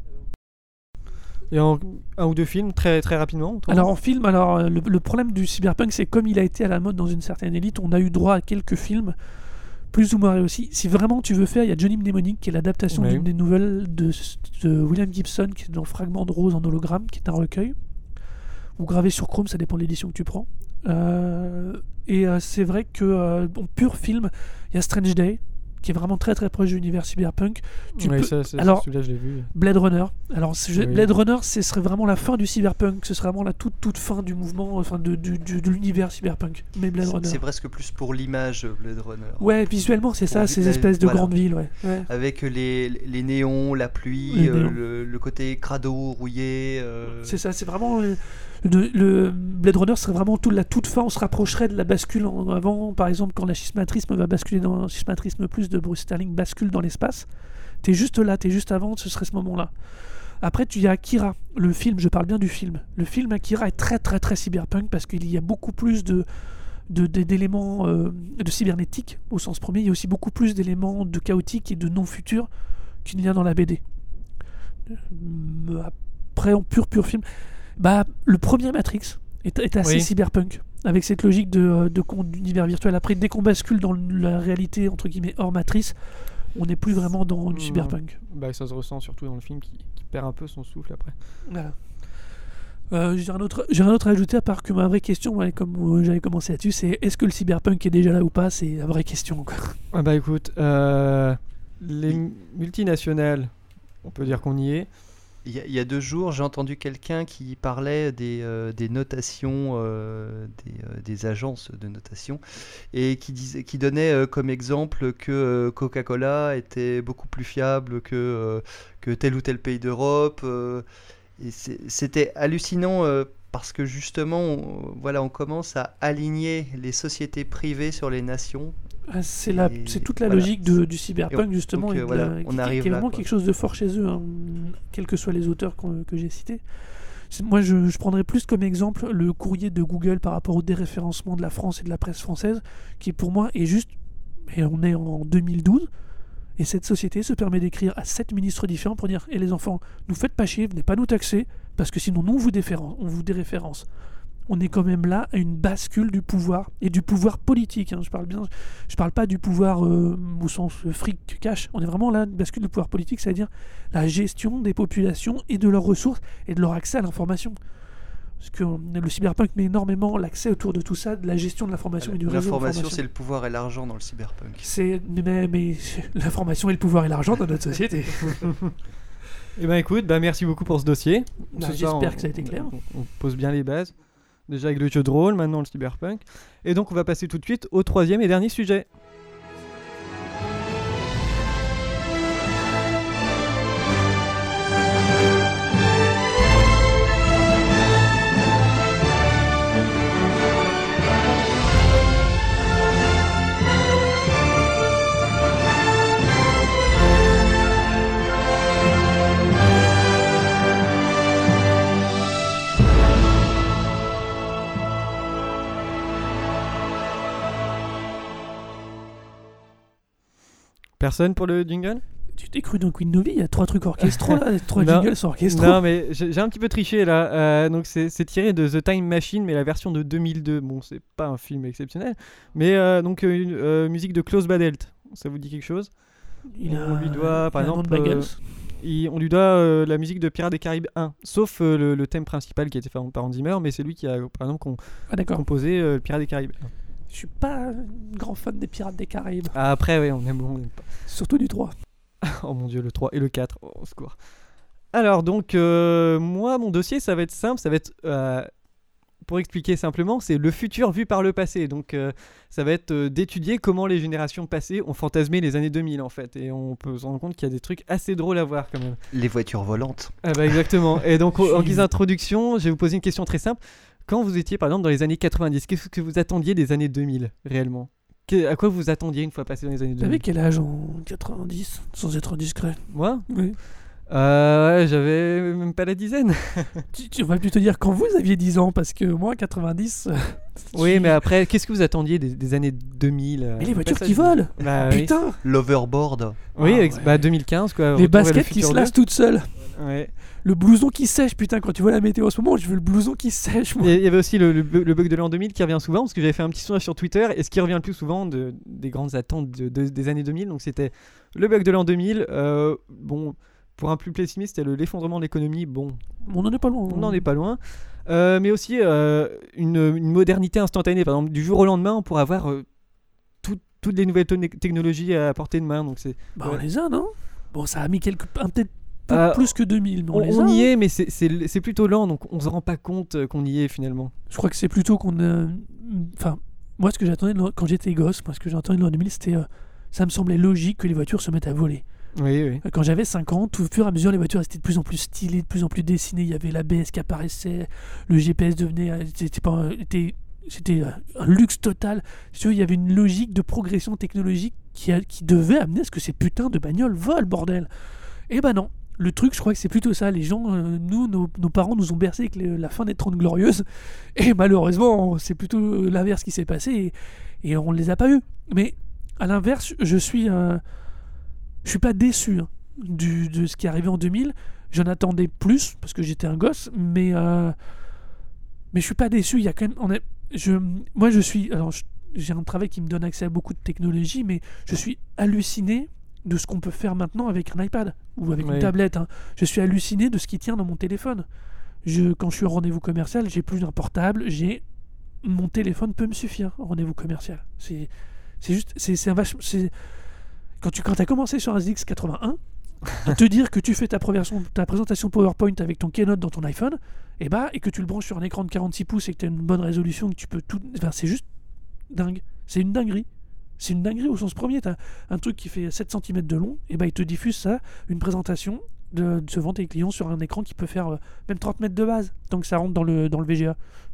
Et en un ou deux films, très, très rapidement. toi Alors en film, alors le, le problème du cyberpunk, c'est comme il a été à la mode dans une certaine élite, on a eu droit à quelques films plus ou moins réussis. Si vraiment tu veux faire, il y a Johnny Mnemonic qui est l'adaptation Ouais. d'une des nouvelles de, de William Gibson qui est dans Fragment de rose en hologramme, qui est un recueil, ou gravé sur chrome, ça dépend de l'édition que tu prends. Euh, et euh, c'est vrai que euh, bon, pur film, il y a Strange Day qui est vraiment très très proche de l'univers cyberpunk. Tu Ouais, peux- ça, c'est- alors- celui-là, je l'ai vu. Blade Runner. Alors c'est- Oui. Blade Runner, ce serait vraiment la fin du cyberpunk, ce serait vraiment la toute toute fin du mouvement, enfin de, du- du- de l'univers cyberpunk. Mais Blade C'est- Runner. C'est presque plus pour l'image Blade Runner. Ouais, visuellement c'est ça, Pour ces la- espèces de voilà. grandes villes, ouais. Ouais. Avec les, les néons, la pluie, Les euh, néons. le, le côté crado, rouillé. euh, C'est ça, c'est vraiment. euh, Le, le Blade Runner serait vraiment tout, la toute fin, on se rapprocherait de la bascule en avant, par exemple quand la schismatrisme va basculer dans schismatrisme plus de Bruce Sterling bascule dans l'espace. T'es juste là, t'es juste avant, ce serait ce moment-là. Après, tu y as Akira, le film, je parle bien du film. Le film Akira est très très très cyberpunk parce qu'il y a beaucoup plus de, de, de d'éléments euh, de cybernétique au sens premier. Il y a aussi beaucoup plus d'éléments de chaotique et de non-futur qu'il y a dans la B D. Euh, après, en pur pur film, bah le premier Matrix est, est assez Oui. cyberpunk avec cette logique de, de, de d'univers virtuel. Après, dès qu'on bascule dans la réalité entre guillemets hors matrice, on n'est plus vraiment dans du Mmh. cyberpunk. Bah, ça se ressent surtout dans le film qui, qui perd un peu son souffle après. Voilà. Euh, j'ai, un autre, j'ai rien d'autre à ajouter à part que ma vraie question, ouais, comme euh, j'avais commencé là-dessus, c'est est-ce que le cyberpunk est déjà là ou pas? C'est la vraie question. Quoi. Ah bah écoute, euh, les m- multinationales, on peut dire qu'on y est. Il y, a, il y a deux jours, j'ai entendu quelqu'un qui parlait des, euh, des notations euh, des, euh, des agences de notation et qui, disait, qui donnait euh, comme exemple que euh, Coca-Cola était beaucoup plus fiable que, euh, que tel ou tel pays d'Europe. euh, et c'est- c'était hallucinant euh, parce que justement, on, voilà, on commence à aligner les sociétés privées sur les nations. Ah, C'est, la, Et c'est toute la voilà. logique de, du cyberpunk, Et on- justement, donc, et euh, de voilà, la- on qui, arrive qui est là, vraiment quoi. quelque chose de fort chez eux, hein, quels que soient les auteurs qu'on- que j'ai cités. C'est- moi, je, je prendrais plus comme exemple le courrier de Google par rapport au déréférencement de la France et de la presse française, qui pour moi est juste, et on est en deux mille douze, et cette société se permet d'écrire à sept ministres différents pour dire « Et les enfants, nous faites pas chier, venez pas nous taxer, parce que sinon nous, on vous, déféren- on vous déréférence. » On est quand même là à une bascule du pouvoir, et du pouvoir politique, hein, je parle bien, je parle pas du pouvoir euh, au sens euh, fric, cash, on est vraiment là à une bascule du pouvoir politique, c'est-à-dire la gestion des populations et de leurs ressources et de leur accès à l'information. Parce que euh, le cyberpunk met énormément l'accès autour de tout ça, de la gestion de l'information et du réseau L'information, d'information. c'est le pouvoir et l'argent dans le cyberpunk. C'est mais, mais l'information et le pouvoir et l'argent dans notre société. Eh ben écoute, bah merci beaucoup pour ce dossier. Bah, Ce soir, j'espère on- que ça a été clair. On, on pose bien les bases. Déjà avec le jeu de rôle, maintenant le cyberpunk. Et donc on va passer tout de suite au troisième et dernier sujet. Personne pour le jingle? Tu t'es cru dans Queen Novi, il y a trois trucs orchestraux là, trois Non. jingles sont orchestraux. Non mais j'ai j'ai un petit peu triché là. Euh, donc c'est c'est tiré de The Time Machine, mais la version de deux mille deux. Bon, c'est pas un film exceptionnel, mais euh, donc euh, une euh, musique de Klaus Badelt. Ça vous dit quelque chose? Il a, On lui doit, par il a un nom exemple, de euh, bagels. Il- on lui doit euh, la musique de Pirates des Caraïbes un, sauf euh, le, le thème principal qui a été fait par Hans Zimmer, mais c'est lui qui a par exemple com- Ah d'accord. composé euh, Pirates des Caraïbes un. Je suis pas un grand fan des Pirates des Caraïbes, Ah, après, oui, on aime, on aime pas. surtout du trois. Oh mon dieu, le trois et le quatre, oh, au secours. Alors, donc, euh, moi, mon dossier, ça va être simple, ça va être, euh, pour expliquer simplement, c'est le futur vu par le passé. Donc, euh, ça va être euh, d'étudier comment les générations passées ont fantasmé les années deux mille, en fait. Et on peut se rendre compte qu'il y a des trucs assez drôles à voir, quand même. Les voitures volantes. Ah bah exactement. Et donc, en Je suis- guise d'introduction, je vais vous poser une question très simple. Quand vous étiez, par exemple, dans les années quatre-vingt-dix, qu'est-ce que vous attendiez des années deux mille, réellement? Que- À quoi vous vous attendiez une fois passé dans les années deux T'avais mille? quel âge en quatre-vingt-dix, sans être indiscret? Moi Oui. euh, ouais, j'avais même pas la dizaine. Tu, tu- on va plutôt dire quand vous aviez dix ans, parce que moi, quatre-vingt-dix... euh, Oui, je- mais après, qu'est-ce que vous attendiez des, des années deux mille euh, Mais les voitures passage- qui volent. Bah oui. Putain. L'overboard. Oui, Ah ex- ouais. bah deux mille quinze quoi. Les Retour vers le baskets qui futur se deux. lassent toutes seules. Ouais. Le blouson qui sèche, putain, quand tu vois la météo en ce moment, je veux le blouson qui sèche, moi. Et il y avait aussi le, le, bu- le bug de l'an deux mille qui revient souvent, parce que j'avais fait un petit sondage sur Twitter, et ce qui revient le plus souvent de, des grandes attentes de- de- des années deux mille, donc c'était le bug de l'an deux mille, euh, bon, pour un plus pessimiste, c'était le- l'effondrement de l'économie, bon, On en est pas loin. on n'en est pas loin, Euh, mais aussi euh, une, une modernité instantanée, par exemple, du jour au lendemain, on pourra avoir euh, tout- toutes les nouvelles tone- technologies à portée de main, donc c'est... Bah, on Ouais. les a, non? Bon, ça a mis quelques... un peut-être peu Euh, plus que deux mille, mais on, On, les on a. y hein. est, mais c'est- c'est c'est plutôt lent, donc on se rend pas compte euh, qu'on y est finalement. Je crois que c'est plutôt qu'on a... Enfin, moi, ce que j'attendais de l'an- quand j'étais gosse, moi, ce que j'attendais de l'an deux mille, c'était... euh, ça me semblait logique que les voitures se mettent à voler. Oui, oui. Quand j'avais cinq ans, tout au fur et à mesure, les voitures étaient de plus en plus stylées, de plus en plus dessinées. Il y avait l'A B S qui apparaissait, le G P S devenait, euh, c'était pas, un- était, c'était euh, un luxe total. Si tu veux, il y avait une logique de progression technologique qui, a- qui devait amener à ce que ces putains de bagnoles volent, bordel. Et ben non. Le truc, je crois que c'est plutôt ça. Les gens, euh, nous, nos, nos parents nous ont bercés avec les- la fin des Trente Glorieuses. Et malheureusement, c'est plutôt l'inverse qui s'est passé. Et, et on ne les a pas eus. Mais à l'inverse, je suis, euh, je suis pas déçu hein, du, de ce qui est arrivé en deux mille. J'en attendais plus parce que j'étais un gosse. Mais, euh, mais je suis pas déçu. Il y a quand même, on est, je, moi, je suis. Alors, je- j'ai un travail qui me donne accès à beaucoup de technologies, mais je suis halluciné de ce qu'on peut faire maintenant avec un iPad ou avec Ouais. une tablette. hein. Je suis halluciné de ce qui tient dans mon téléphone. Je, quand je suis au rendez-vous commercial, j'ai plus un portable, j'ai mon téléphone peut me suffire au rendez-vous commercial. C'est, c'est juste, c'est, c'est un vache, c'est quand tu quand as commencé sur un Z X quatre-vingt-un, te dire que tu fais ta, préversion- ta présentation PowerPoint avec ton Keynote dans ton iPhone, et bah et que tu le branches sur un écran de quarante-six pouces et que tu as une bonne résolution, que tu peux tout, enfin c'est juste dingue. C'est une dinguerie. C'est une dinguerie au sens premier. T'as un truc qui fait sept centimètres de long, et ben il te diffuse ça, une présentation de, de devant tes clients sur un écran qui peut faire euh, même trente mètres de base, tant que ça rentre dans le, dans le V G A.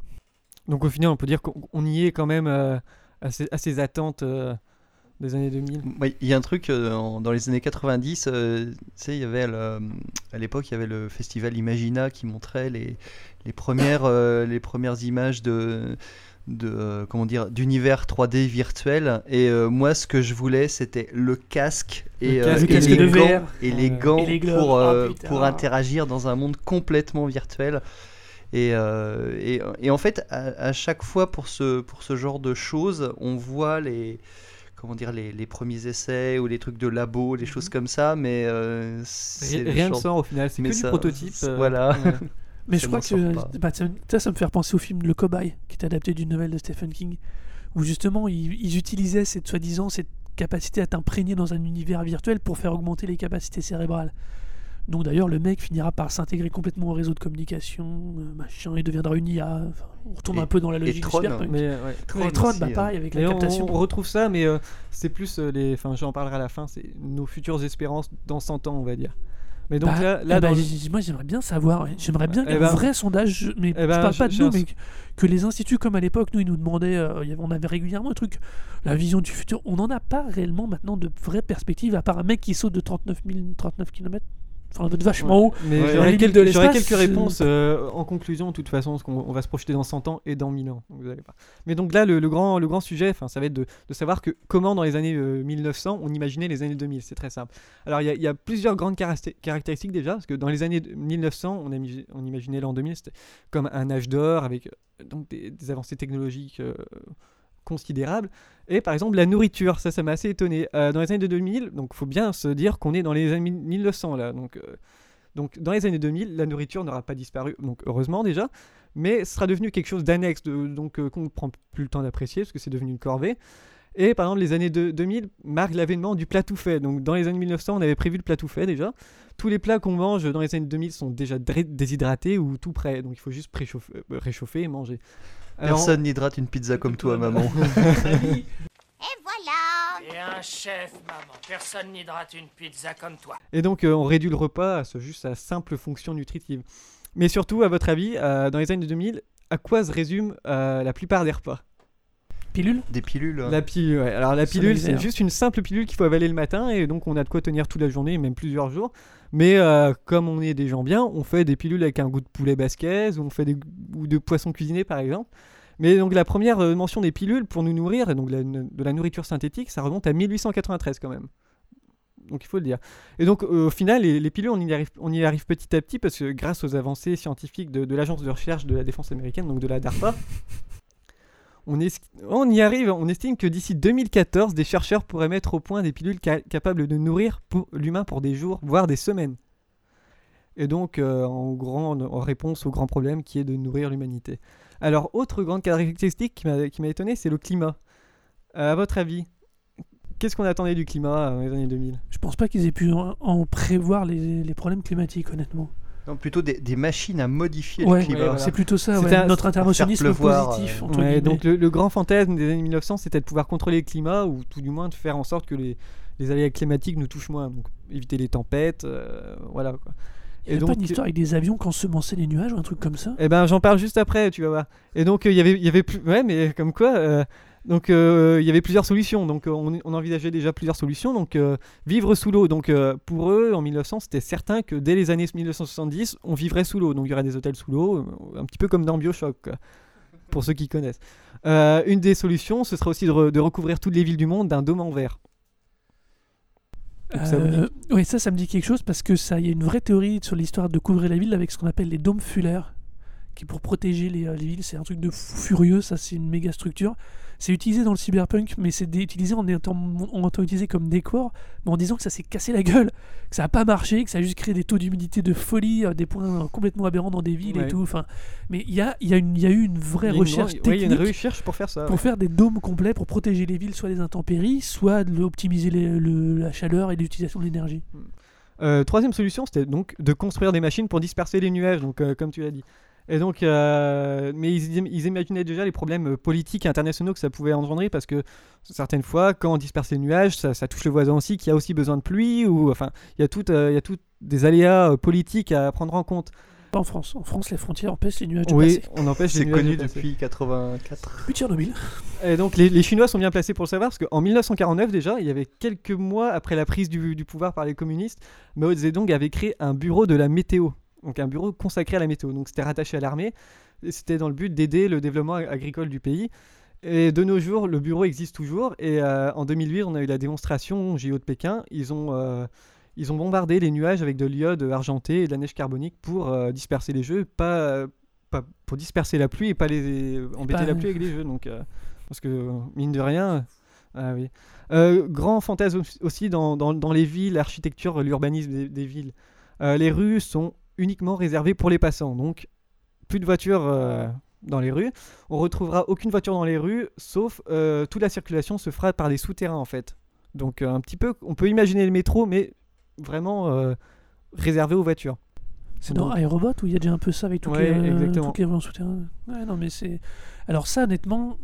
Donc au final, on peut dire qu'on on y est quand même euh, à, ces, à ces attentes euh, des années deux mille. Oui, il y a un truc euh, en- dans les années quatre-vingt-dix, euh, tu sais, il y avait le- à l'époque, il y avait le festival Imagina qui montrait les, les premières euh, les premières images de de euh, comment dire d'univers trois D virtuel. Et euh, moi, ce que je voulais, c'était le casque et, Le euh, casque, et le casque les de gants V R. et les Ouais. gants Et les gloves. pour Ah, euh, putain. pour interagir dans un monde complètement virtuel. Et, euh, et, et en fait, à, à chaque fois pour ce, pour ce genre de choses, on voit les, comment dire, les, les premiers essais ou les trucs de labo, les choses comme ça, mais euh, c'est le Rien ne genre- sort au final, c'est mais que du ça- prototype. euh, voilà. ouais. Mais Ça je crois n'en sort que pas. bah, ça, ça, ça me fait repenser au film Le Cobaye, qui est adapté d'une nouvelle de Stephen King, où justement ils, ils utilisaient cette soi-disant cette capacité à t'imprégner dans un univers virtuel pour faire augmenter les capacités cérébrales. Donc d'ailleurs le mec finira par s'intégrer complètement au réseau de communication, euh, machin, il deviendra une I A. Enfin, on retourne Et- un peu dans la logique Tron, du cyberpunk. Mais, ouais. Ouais, Tron, aussi, bah hein. pareil avec Mais la on, captation. on retrouve ça, mais euh, c'est plus euh, les. Enfin, j'en parlerai à la fin, c'est nos futures espérances dans cent ans, on va dire. Mais donc Bah, là, là eh bah, dans le- j- moi j'aimerais bien savoir, ouais. J'aimerais bien Eh un ben- vrai sondage, je- mais eh je ben, parle je- pas de j'ai nous, un- mais que, que les instituts comme à l'époque, nous ils nous demandaient, euh, il y avait- on avait régulièrement un truc, la vision du futur, on n'en a pas réellement maintenant de vraies perspectives, à part un mec qui saute de trente-neuf mille, trente-neuf kilomètres, enfin de vachement haut. Mais Ouais. j'aurais La limite quelques, de j'aurais l'espace, quelques euh, réponses euh, en conclusion, de toute façon, parce qu'on on va se projeter dans cent ans et dans mille ans. Donc vous allez pas. Mais donc là, le, le grand, le grand sujet, enfin, ça va être de, de savoir que comment dans les années euh, mille neuf cents, on imaginait les années deux mille. C'est très simple. Alors il y, a- il y a plusieurs grandes caracté- caractéristiques déjà, parce que dans les années mille neuf cents, on, ami- on imaginait l'an deux mille, c'était comme un âge d'or avec euh, donc des, des avancées technologiques euh, considérables. Et par exemple, la nourriture, ça, ça m'a assez étonné. Euh, dans les années deux mille, donc faut bien se dire qu'on est dans les années mille neuf cents là. Donc, euh, donc dans les années deux mille, la nourriture n'aura pas disparu, donc heureusement déjà, mais ce sera devenu quelque chose d'annexe, de, donc euh, qu'on ne prend plus le temps d'apprécier parce que c'est devenu une corvée. Et par exemple, les années de- deux mille marquent l'avènement du plat tout fait. Donc dans les années mille neuf cents, on avait prévu le plat tout fait déjà. Tous les plats qu'on mange dans les années deux mille sont déjà dré- déshydratés ou tout prêts, donc il faut juste préchauffer, euh, réchauffer et manger. Alors, Personne n'hydrate une pizza comme toi, maman. Et voilà. T'es un chef, maman. Personne n'hydrate une pizza comme toi. Et donc euh, on réduit le repas à ce- juste à simple fonction nutritive. Mais surtout, à votre avis, euh, dans les années deux mille, à quoi se résument euh, la plupart des repas? Pilule. Des pilules. La pilule, ouais. Alors la Ça pilule, m'énerve. c'est juste une simple pilule qu'il faut avaler le matin et donc on a de quoi tenir toute la journée, même plusieurs jours. Mais euh, comme on est des gens bien, on fait des pilules avec un goût de poulet basquez ou on fait des ou de poisson cuisiné par exemple. Mais donc la première euh, mention des pilules pour nous nourrir, et donc la- de la nourriture synthétique, ça remonte à mille huit cent quatre-vingt-treize quand même. Donc il faut le dire. Et donc euh, au final, les, les pilules, on y, arrive, on y arrive petit à petit parce que grâce aux avancées scientifiques de, de l'agence de recherche de la défense américaine, donc de la DARPA, on, est, on y arrive. On estime que d'ici deux mille quatorze, des chercheurs pourraient mettre au point des pilules ca- capables de nourrir pour l'humain pour des jours, voire des semaines. Et donc euh, en, grand, en réponse au grand problème qui est de nourrir l'humanité. Alors, autre grande caractéristique qui m'a, qui m'a étonné, c'est le climat. Euh, à votre avis, qu'est-ce qu'on attendait du climat euh, dans les années deux mille? Je pense pas qu'ils aient pu en, en prévoir les, les problèmes climatiques, honnêtement. Non, plutôt des, des machines à modifier Ouais, le climat. ouais, voilà. C'est plutôt ça, C'était ouais. un- notre interventionnisme faire pleuvoir, positif. euh, entre Ouais, guillemets. donc le, le grand fantasme des années mille neuf cents, c'était de pouvoir contrôler le climat ou tout du moins de faire en sorte que les, les aléas climatiques nous touchent moins. Donc éviter les tempêtes, euh, voilà quoi. Il y avait donc, pas une histoire avec des avions qui ensemençaient les nuages ou un truc comme ça? eh ben j'en parle juste après, tu vas voir. Et donc euh, il y avait, il y avait plus, ouais, mais comme quoi, euh, donc euh, il y avait plusieurs solutions. Donc euh, on, on envisageait déjà plusieurs solutions. Donc euh, vivre sous l'eau. Donc euh, pour eux, en mille neuf cents, c'était certain que dès les années mille neuf cent soixante-dix, on vivrait sous l'eau. Donc il y aurait des hôtels sous l'eau, euh, un petit peu comme dans BioShock, quoi, pour ceux qui connaissent. Euh, une des solutions, ce serait aussi de, re- de recouvrir toutes les villes du monde d'un dôme en verre. Donc, ça vous dit- Euh, oui, ça, ça me dit quelque chose parce que ça, il y a une vraie théorie sur l'histoire de couvrir la ville avec ce qu'on appelle les dômes fulaires, qui pour protéger les, euh, les villes, c'est un truc de fou furieux. Ça, c'est une méga structure. C'est utilisé dans le cyberpunk, mais c'est dé- utilisé en étant, en étant utilisé comme décor, mais en disant que ça s'est cassé la gueule, que ça n'a pas marché, que ça a juste créé des taux d'humidité de folie, euh, des points euh, complètement aberrants dans des villes Ouais. et tout. Enfin, mais il y a, il y, a une- il y a eu une vraie Il y a une- recherche ouais, technique. il y a une recherche pour faire ça. Pour ouais. faire des dômes complets pour protéger les villes, soit des intempéries, soit de optimiser les- le- la chaleur et l'utilisation de l'énergie. Euh, troisième solution, c'était donc de construire des machines pour disperser les nuages, donc euh, comme tu l'as dit. Et donc, euh, mais ils, im- ils imaginaient déjà les problèmes euh, politiques et internationaux que ça pouvait engendrer parce que certaines fois, quand on disperse les nuages, ça, ça touche le voisin aussi qui a aussi besoin de pluie ou enfin, il y a tout, euh, il y a tout des aléas euh, politiques à prendre en compte. Pas en France. En France, les frontières empêchent les nuages de Oui, passer. on empêche les C'est nuages connu de passer. depuis quatre-vingt-quatre. Puis Tchernobyl. Et donc les, les Chinois sont bien placés pour le savoir parce qu'en mille neuf cent quarante-neuf déjà, il y avait quelques mois après la prise du, du pouvoir par les communistes, Mao Zedong avait créé un bureau de la météo, donc un bureau consacré à la météo. Donc c'était rattaché à l'armée, et c'était dans le but d'aider le développement ag- agricole du pays. Et de nos jours, le bureau existe toujours. Et euh, en deux mille huit, on a eu la démonstration J O de Pékin. Ils ont euh, Ils ont bombardé les nuages avec de l'iode argenté et de la neige carbonique pour euh, disperser les jeux, pas, euh, pas pour disperser la pluie et pas les embêter pas- la pluie avec les jeux. Donc, euh, parce que mine de rien, ah oui. Euh, grand fantasme aussi dans, dans, dans les villes, l'architecture, l'urbanisme des, des villes. Euh, les rues sont uniquement réservées pour les passants, donc plus de voitures euh, dans les rues. On retrouvera aucune voiture dans les rues, sauf euh, toute la circulation se fera par des souterrains en fait. Donc euh, un petit peu, on peut imaginer le métro, mais vraiment euh, réservé aux voitures. C'est dans Donc- iRobot où il y a déjà un peu ça avec toutes Ouais, les, euh, exactement. toutes les rues en souterrain. Ouais, non, mais c'est. Alors, ça, honnêtement,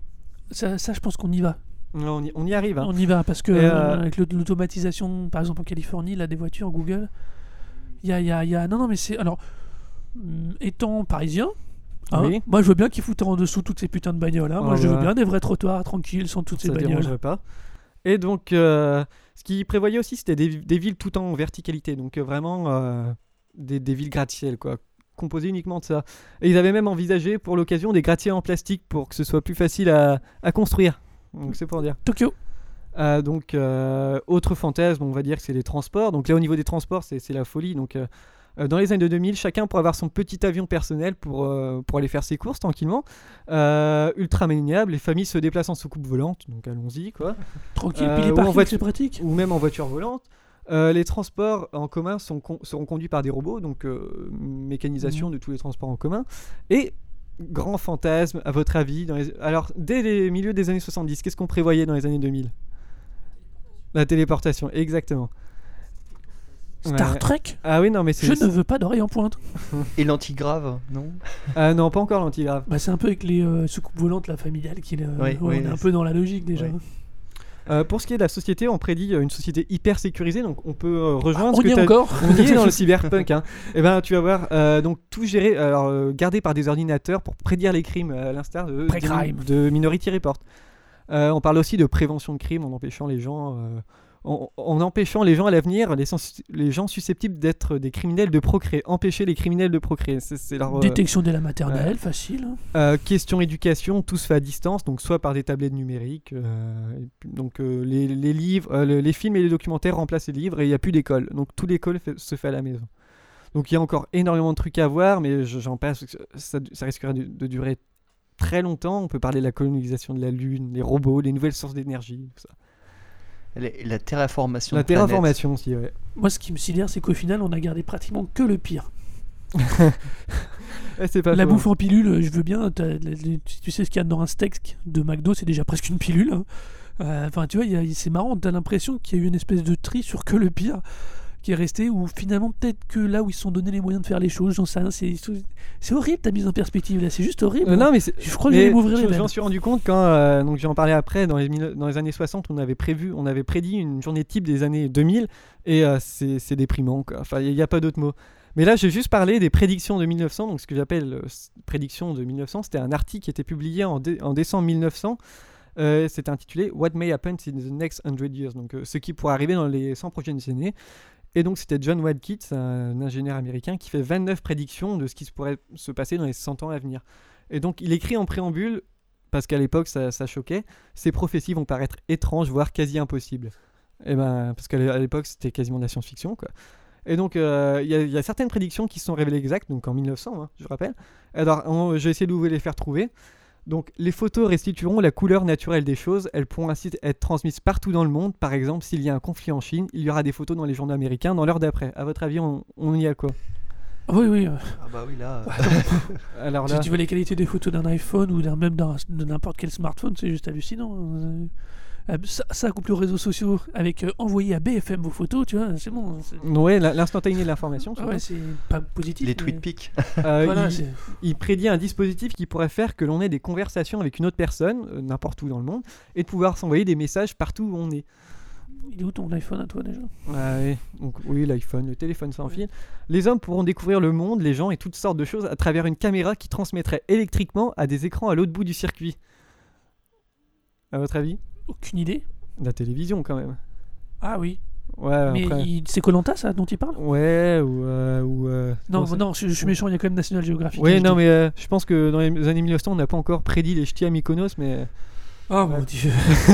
ça, ça je pense qu'on y va. On y, on y arrive. Hein. On y va parce que Et, euh, euh, avec le- l'automatisation, par exemple en Californie, là, des voitures Google, il y a, il y a- il y a- Non, non, mais c'est. Alors, hum, étant parisien. hein, Oui. Moi, je veux bien qu'ils foutent en dessous toutes ces putains de bagnoles. hein. Moi, Oh, je veux bah. bien des vrais trottoirs tranquilles sans toutes ces Ça ne bagnoles. dérangerait pas. Et donc, euh, ce qu'ils prévoyaient aussi, c'était des, des villes tout en verticalité. Donc, euh, vraiment, euh, des, des villes gratte-ciel, quoi. Composées uniquement de ça. Et ils avaient même envisagé, pour l'occasion, des gratte-ciels en plastique pour que ce soit plus facile à, à construire. Donc, c'est pour dire. Tokyo. Euh, donc, euh, autre fantasme, on va dire que c'est les transports. Donc là, au niveau des transports, c'est c'est la folie. Donc, euh, euh, dans les années deux mille, chacun pourrait avoir son petit avion personnel pour, euh, pour aller faire ses courses tranquillement. Euh, ultra maniable, les familles se déplacent en soucoupe volante, donc allons-y, quoi. Tranquille. Euh, Puis les ou en parkings, voiture- c'est pratique. Ou même en voiture volante. Euh, les transports en commun sont con- seront conduits par des robots, donc euh, mécanisation Mhm. de tous les transports en commun. Et grand fantasme, à votre avis, dans les... alors dès les milieux des années soixante-dix, qu'est-ce qu'on prévoyait dans les années deux mille? La téléportation, exactement. Star Ouais. Trek. Ah oui, non, mais c'est. Je ne veux pas d'oreilles en pointe. Et l'antigrave, non? Ah non, pas encore l'antigrave. Bah, c'est un peu avec les euh, soucoupes volantes, la familiale, qui, euh, Oui, ouais, oui, on est un c'est- peu dans la logique déjà. Ouais. Euh, pour ce qui est de la société, on prédit euh, une société hyper sécurisée, donc on peut euh, Ah, rejoindre on ce que y est t'as- encore. On y est dans le cyberpunk. Hein. Et ben, tu vas voir, euh, donc tout géré, alors euh, gardé par des ordinateurs pour prédire les crimes, à l'instar de, Pré-crime. de, de Minority Report. Euh, on parle aussi de prévention de crimes en empêchant les gens, euh, en, en empêchant les gens à l'avenir, les, sens- les gens susceptibles d'être des criminels de procréer, empêcher les criminels de procréer. C'est, c'est leur euh, Détection dès la maternelle, facile. hein. euh, question éducation, tout se fait à distance, donc soit par des tablettes numériques, euh, et puis- donc euh, les, les livres, euh, le- les films et les documentaires remplacent les livres et il n'y a plus d'école, donc toute l'école fait- se fait à la maison. Donc il y a encore énormément de trucs à voir, mais je- j'en passe, ça, ça risquerait de, de durer très longtemps. On peut parler de la colonisation de la Lune, les robots, les nouvelles sources d'énergie, tout ça. La, la terraformation. La de planète. terraformation aussi, ouais. Moi, ce qui me sidère, c'est qu'au final, on a gardé pratiquement que le pire. Eh, c'est pas La faux. bouffe en pilule, je veux bien. t'as- les- les- Tu sais ce qu'il y a dans un steak de McDo, c'est déjà presque une pilule. hein. Euh, Enfin, tu vois, il y a- c'est marrant, t'as l'impression qu'il y a eu une espèce de tri sur que le pire. qui est resté, ou finalement peut-être que là où ils se sont donné les moyens de faire les choses, j'en sais rien, c'est, c'est horrible ta mise en perspective là, c'est juste horrible. Euh, non, mais c'est- Je crois que mais j'allais m'ouvrir les je- veines. J'en suis rendu compte quand, euh, donc j'en parlais après, dans les, mille- dans les années soixante, on avait prévu, on avait prédit une journée type des années deux mille, et euh, c'est, c'est déprimant, quoi. Enfin, il n'y a pas d'autre mot. Mais là, j'ai juste parlé des prédictions de mille neuf cents, donc ce que j'appelle euh, s- prédictions de mille neuf cents, c'était un article qui était publié en, dé- en décembre mille neuf cents, euh, c'était intitulé What May Happen in the Next hundred Years, donc euh, ce qui pourrait arriver dans les cent prochaines années. Et donc c'était John Wadkitz, un ingénieur américain, qui fait vingt-neuf prédictions de ce qui se pourrait se passer dans les cent ans à venir. Et donc il écrit en préambule, parce qu'à l'époque ça, ça choquait, ces prophéties vont paraître étranges, voire quasi impossibles. Et ben, parce qu'à l'é- à l'époque c'était quasiment de la science-fiction, quoi. Et donc euh, il y, a- il y a certaines prédictions qui se sont révélées exactes, donc en mille neuf cents, hein, je rappelle. Alors on- j'ai essayé de vous les faire trouver. Donc, les photos restitueront la couleur naturelle des choses. Elles pourront ainsi être transmises partout dans le monde. Par exemple, s'il y a un conflit en Chine, il y aura des photos dans les journaux américains dans l'heure d'après. À votre avis, on, on y a quoi? Oui, oui. euh, Ah bah oui, là. Alors Si là, tu vois les qualités des photos d'un iPhone ou d'un, même d'un, de n'importe quel smartphone, c'est juste hallucinant. Euh, euh, Ça, ça couple aux réseaux sociaux avec euh, envoyer à B F M vos photos, tu vois, c'est bon. C'est... ouais, la- l'instantané de l'information. Ah ouais, c'est pas positif. Les mais- tweet pics. Euh, Voilà, il, c'est... il prédit un dispositif qui pourrait faire que l'on ait des conversations avec une autre personne, euh, n'importe où dans le monde, et de pouvoir s'envoyer des messages partout où on est. Il est où ton iPhone à toi déjà? Ah ouais, donc oui, l'iPhone, le téléphone sans fil. Les hommes pourront découvrir le monde, les gens et toutes sortes de choses à travers une caméra qui transmettrait électriquement à des écrans à l'autre bout du circuit. À votre avis? Aucune idée. La télévision quand même. Ah oui. Ouais, Mais après. il... c'est Koh-Lanta ça dont il parle? Ouais, ou. euh, ou euh, Non, comment ça- non, je, je suis méchant, il y a quand même National Geographic. Oui, hein, je non, dis. mais euh, je pense que dans les années mille neuf cents, on n'a pas encore prédit les ch'tis à Mykonos, mais. Oh mon Ouais. dieu.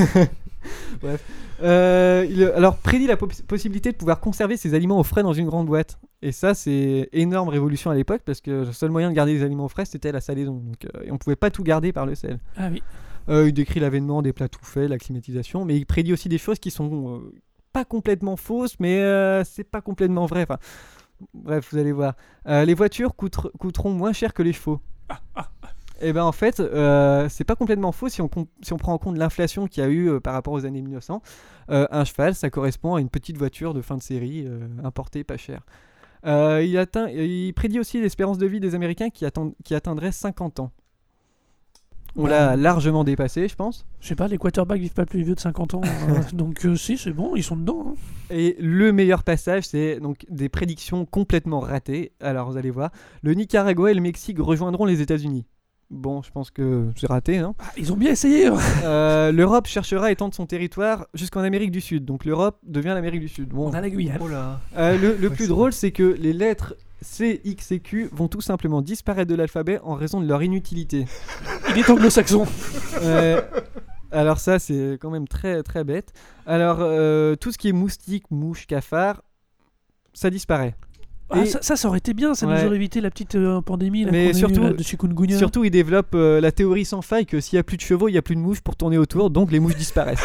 Euh, il, alors, prédit la pos- possibilité de pouvoir conserver ses aliments au frais dans une grande boîte. Et ça, c'est énorme révolution à l'époque, parce que le seul moyen de garder les aliments au frais, c'était la salaison. Donc, euh, et on pouvait pas tout garder par le sel. Ah oui. Euh, il décrit l'avènement des plats tout faits, la climatisation, mais il prédit aussi des choses qui sont euh, pas complètement fausses, mais euh, c'est pas complètement vrai. Enfin, bref, vous allez voir. Euh, les voitures coûter- coûteront moins cher que les chevaux. Et ben en fait, euh, c'est pas complètement faux si on, com- si on prend en compte l'inflation qu'il y a eu euh, par rapport aux années mille neuf cents. Euh, un cheval, ça correspond à une petite voiture de fin de série, euh, importée, pas chère. Euh, il, atteint, il prédit aussi l'espérance de vie des Américains qui, attend- qui atteindrait cinquante ans. On Ouais. l'a largement dépassé, je pense. Je sais pas, les quarterbacks vivent pas plus vieux de cinquante ans. euh, donc euh, si, c'est bon, ils sont dedans. hein. Et le meilleur passage, c'est donc des prédictions complètement ratées. Alors vous allez voir, le Nicaragua et le Mexique rejoindront les États-Unis. Bon, je pense que c'est raté, hein. Ah, ils ont bien essayé. hein. Euh, L'Europe cherchera à étendre son territoire jusqu'en Amérique du Sud. Donc l'Europe devient l'Amérique du Sud. Bon. On a la Guyane. Oh là. Euh, le le Ouais, plus c'est drôle, c'est que les lettres C, X et Q vont tout simplement disparaître de l'alphabet en raison de leur inutilité. Il est anglo-saxon. Euh, alors ça, c'est quand même très très bête. Alors euh, tout ce qui est moustique, mouche, cafard, ça disparaît. Ah, Et- ça, ça, ça aurait été bien, ça Ouais. nous aurait évité la petite euh, pandémie là, Mais qu'on a surtout- eue, là, de chikungunya. Surtout, ils développent euh, la théorie sans faille que s'il y a plus de chevaux, il y a plus de mouches pour tourner autour, donc les mouches disparaissent.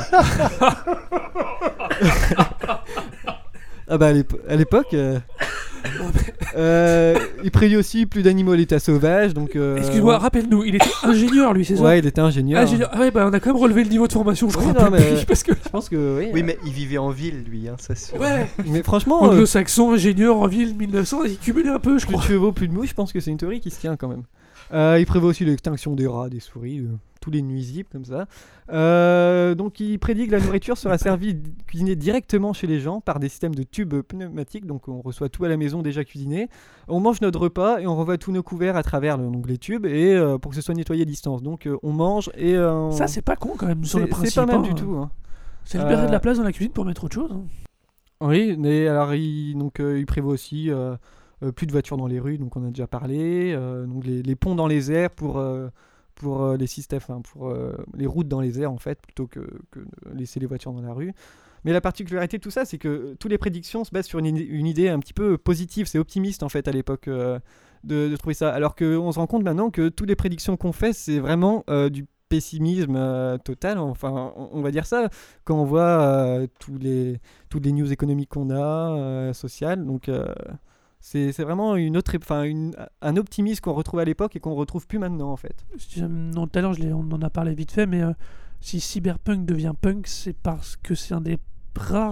Ah bah à l'épo- à l'époque, euh, euh, il prédit aussi plus d'animaux à l'état sauvage, donc. euh, Excuse-moi, rappelle-nous, il était ingénieur lui, c'est ça? Ouais, il était ingénieur. Ingénieur. Ah ouais, bah on a quand même relevé le niveau de formation, je Oui, crois. non, un peu mais- plus, parce que... Je pense que oui. Oui, mais il vivait en ville, lui, hein, ça c'est. Ouais, Mais franchement, euh, anglo-saxon, ingénieur en ville, mille neuf cents, il cumulait un peu, je plus de crois. chevaux, plus de mouches, je pense que c'est une théorie qui se tient quand même. Euh, il prévoit aussi l'extinction des rats, des souris, euh, tous les nuisibles comme ça. Euh, donc il prédit que la nourriture sera servie d- cuisinée directement chez les gens par des systèmes de tubes pneumatiques. Donc on reçoit tout à la maison déjà cuisiné. On mange notre repas et on renvoie tous nos couverts à travers le- donc les tubes et euh, pour que ce soit nettoyé à distance. Donc euh, on mange et euh, on- Ça, c'est pas con quand même, sur c'est le principe. c'est pas mal hein. du tout. Hein. Ça libérait Euh, de la place dans la cuisine pour mettre autre chose. hein. Oui, mais alors il, donc, euh, il prévoit aussi euh, euh, plus de voitures dans les rues, donc on a déjà parlé, euh, donc les, les ponts dans les airs pour, euh, pour euh, les systèmes, enfin, pour euh, les routes dans les airs en fait, plutôt que, que de laisser les voitures dans la rue. Mais la particularité de tout ça, c'est que toutes les prédictions se basent sur une, idée- une idée un petit peu positive, c'est optimiste en fait à l'époque euh, de, de trouver ça, alors qu'on se rend compte maintenant que toutes les prédictions qu'on fait, c'est vraiment euh, du pessimisme euh, total, enfin on, on va dire ça, quand on voit euh, tous les, toutes les news économiques qu'on a, euh, sociales, donc euh, c'est c'est vraiment une autre, enfin une, un optimisme qu'on retrouve à l'époque et qu'on retrouve plus maintenant en fait. Je- Non, tout à l'heure, je l'ai- on en a parlé vite fait, mais euh, si Cyberpunk devient punk, c'est parce que c'est un des rares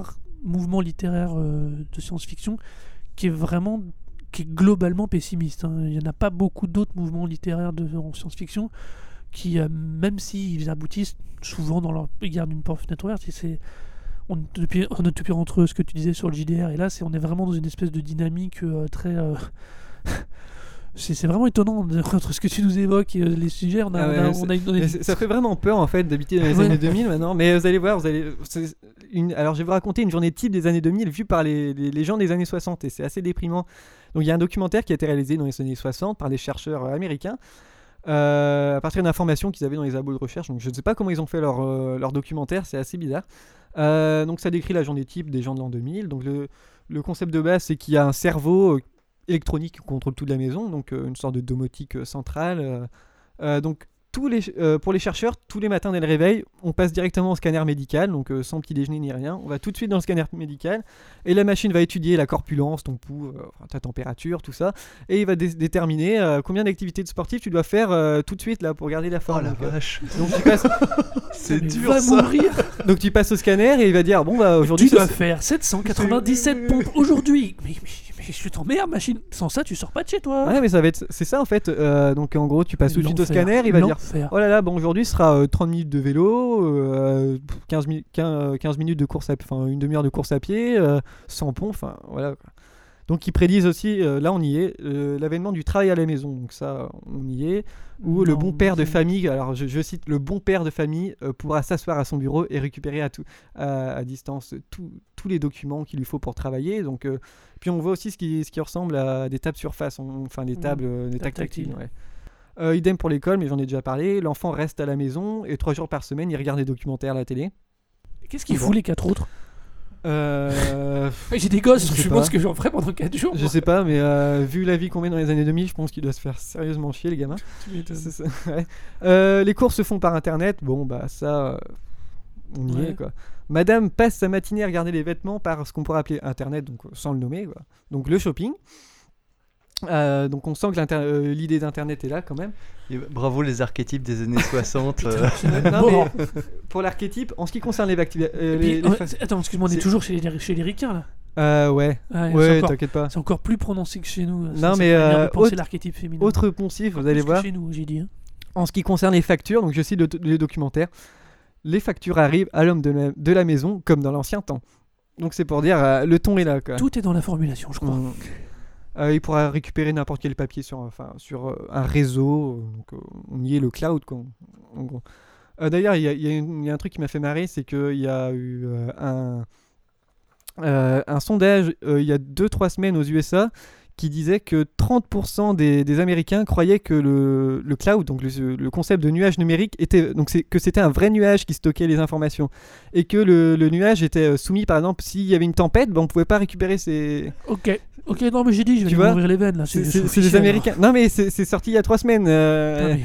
mouvement littéraire euh, de science-fiction qui est vraiment, qui est globalement pessimiste. Hein. Il n'y en a pas beaucoup d'autres mouvements littéraires de, en science-fiction qui, euh, même s'ils aboutissent souvent dans leur, ils gardent une porte-fenêtre ouverte. Et c'est, on, depuis, on, depuis entre ce que tu disais sur le J D R et là, c'est, on est vraiment dans une espèce de dynamique euh, très... Euh, C'est, c'est vraiment étonnant de- entre ce que tu nous évoques et euh, les sujets. On a, Ah ouais, on a, c'est- on a une- on a une- Mais c'est- ça fait vraiment peur en fait d'habiter dans les Ouais. années deux mille maintenant. Mais vous allez voir, vous allez. c'est une... Alors je vais vous raconter une journée type des années deux mille vue par les, les, les gens des années soixante et c'est assez déprimant. Donc il y a un documentaire qui a été réalisé dans les années soixante par des chercheurs euh, américains euh, à partir d'informations qu'ils avaient dans les labos de recherche. Donc je ne sais pas comment ils ont fait leur, euh, leur documentaire, c'est assez bizarre. Euh, donc ça décrit la journée type des gens de l'an deux mille. Donc le, le concept de base c'est qu'il y a un cerveau euh, électronique qui contrôle toute la maison, donc euh, une sorte de domotique euh, centrale. euh. Euh, donc tous les, euh, pour les chercheurs, tous les matins dès le réveil, on passe directement au scanner médical, donc euh, sans petit déjeuner ni rien. On va tout de suite dans le scanner médical et la machine va étudier la corpulence, ton pouls, euh, enfin, ta température, tout ça, et il va dé- déterminer euh, combien d'activités de sportif tu dois faire euh, tout de suite là pour garder la Oh forme. la donc, euh, vache. donc tu passes, C'est Mais dur va ça. mourir. donc tu passes au scanner et il va dire bon bah aujourd'hui Tu dois ce- faire sept cent quatre-vingt-dix-sept pompes aujourd'hui. Mais, mais, mais je t'emmerde, machine. Sans ça, tu sors pas de chez toi. Ouais mais ça va être, c'est ça en fait. Euh, donc en gros tu passes tout de suite au L'enfer. scanner, il va dire L'enfer. oh là là, bon aujourd'hui ce sera euh, trente minutes de vélo, euh, quinze, mi- quinze, quinze minutes de course à enfin une demi-heure de course à pied, euh, sans pont, enfin voilà quoi. Donc ils prédisent aussi, euh, là on y est, euh, l'avènement du travail à la maison, donc ça on y est, où le Non, bon père de c'est- famille, alors je, je cite, le bon père de famille euh, pourra s'asseoir à son bureau et récupérer à, tout, à, à distance tout- tous les documents qu'il lui faut pour travailler. Donc, euh, puis on voit aussi ce qui, ce qui ressemble à des tables surface, on- enfin des Mhm. tables, euh, des Tables tables tactiles. tactiles. Ouais. Euh, idem pour l'école, mais j'en ai déjà parlé. L'enfant reste à la maison et trois jours par semaine, il regarde des documentaires à la télé. Qu'est-ce qu'il Bon. fout les quatre autres? Euh, J'ai des gosses, Je je, sais pense pas. que j'en ferai pendant quatre jours. je moi. sais pas, mais euh, vu la vie qu'on met dans les années deux mille, je pense qu'il doit se faire sérieusement chier, les gamins. Tu m'étonnes. C'est ça, ouais. Euh, les courses se font par internet. Bon, bah ça, euh, on y Ouais. est quoi. Madame passe sa matinée à regarder les vêtements par ce qu'on pourrait appeler internet, donc euh, sans le nommer, quoi. Donc le shopping. Euh, donc on sent que l'inter- euh, l'idée d'internet est là quand même. Et bravo les archétypes des années soixante. euh. Non, Bon. mais, pour l'archétype, en ce qui concerne les activités, Et puis, les, euh, fa- c'est- attends, excuse-moi, on est c'est- toujours chez les, chez les ricains là. euh, ouais, Ouais, c'est ouais, encore- t'inquiète pas. C'est encore plus prononcé que chez nous. Non, ça, mais, cette manière euh, de penser autre- l'archétype féminin. Autre poncif, vous Plus allez que voir. Chez nous, j'ai dit. hein. En ce qui concerne les factures, donc je cite le, le documentaire, les factures arrivent à l'homme de la, de la maison comme dans l'ancien temps. Donc c'est pour dire, euh, le ton est là quoi. Tout est dans la formulation, je crois. Mm. Euh, il pourra récupérer n'importe quel papier sur, enfin, sur euh, un réseau. euh, Donc, euh, on y est le cloud, quoi, en gros. Euh, D'ailleurs, il y, a- il y a une- il y a un truc qui m'a fait marrer, c'est qu'il y a eu euh, un, euh, un sondage euh, il y a deux trois semaines aux U S A qui disait que trente pour cent des, des Américains croyaient que le, le cloud, donc le, le concept de nuage numérique, était, donc c'est, que c'était un vrai nuage qui stockait les informations. Et que le, le nuage était euh, soumis, par exemple, s'il y avait une tempête, ben, on ne pouvait pas récupérer ces... Ok, ok, non, mais j'ai dit, je vais Tu aller vois, m'ouvrir les veines là. C'est, c'est- c'est des Américains. Non, mais c'est, c'est sorti il y a trois semaines. euh,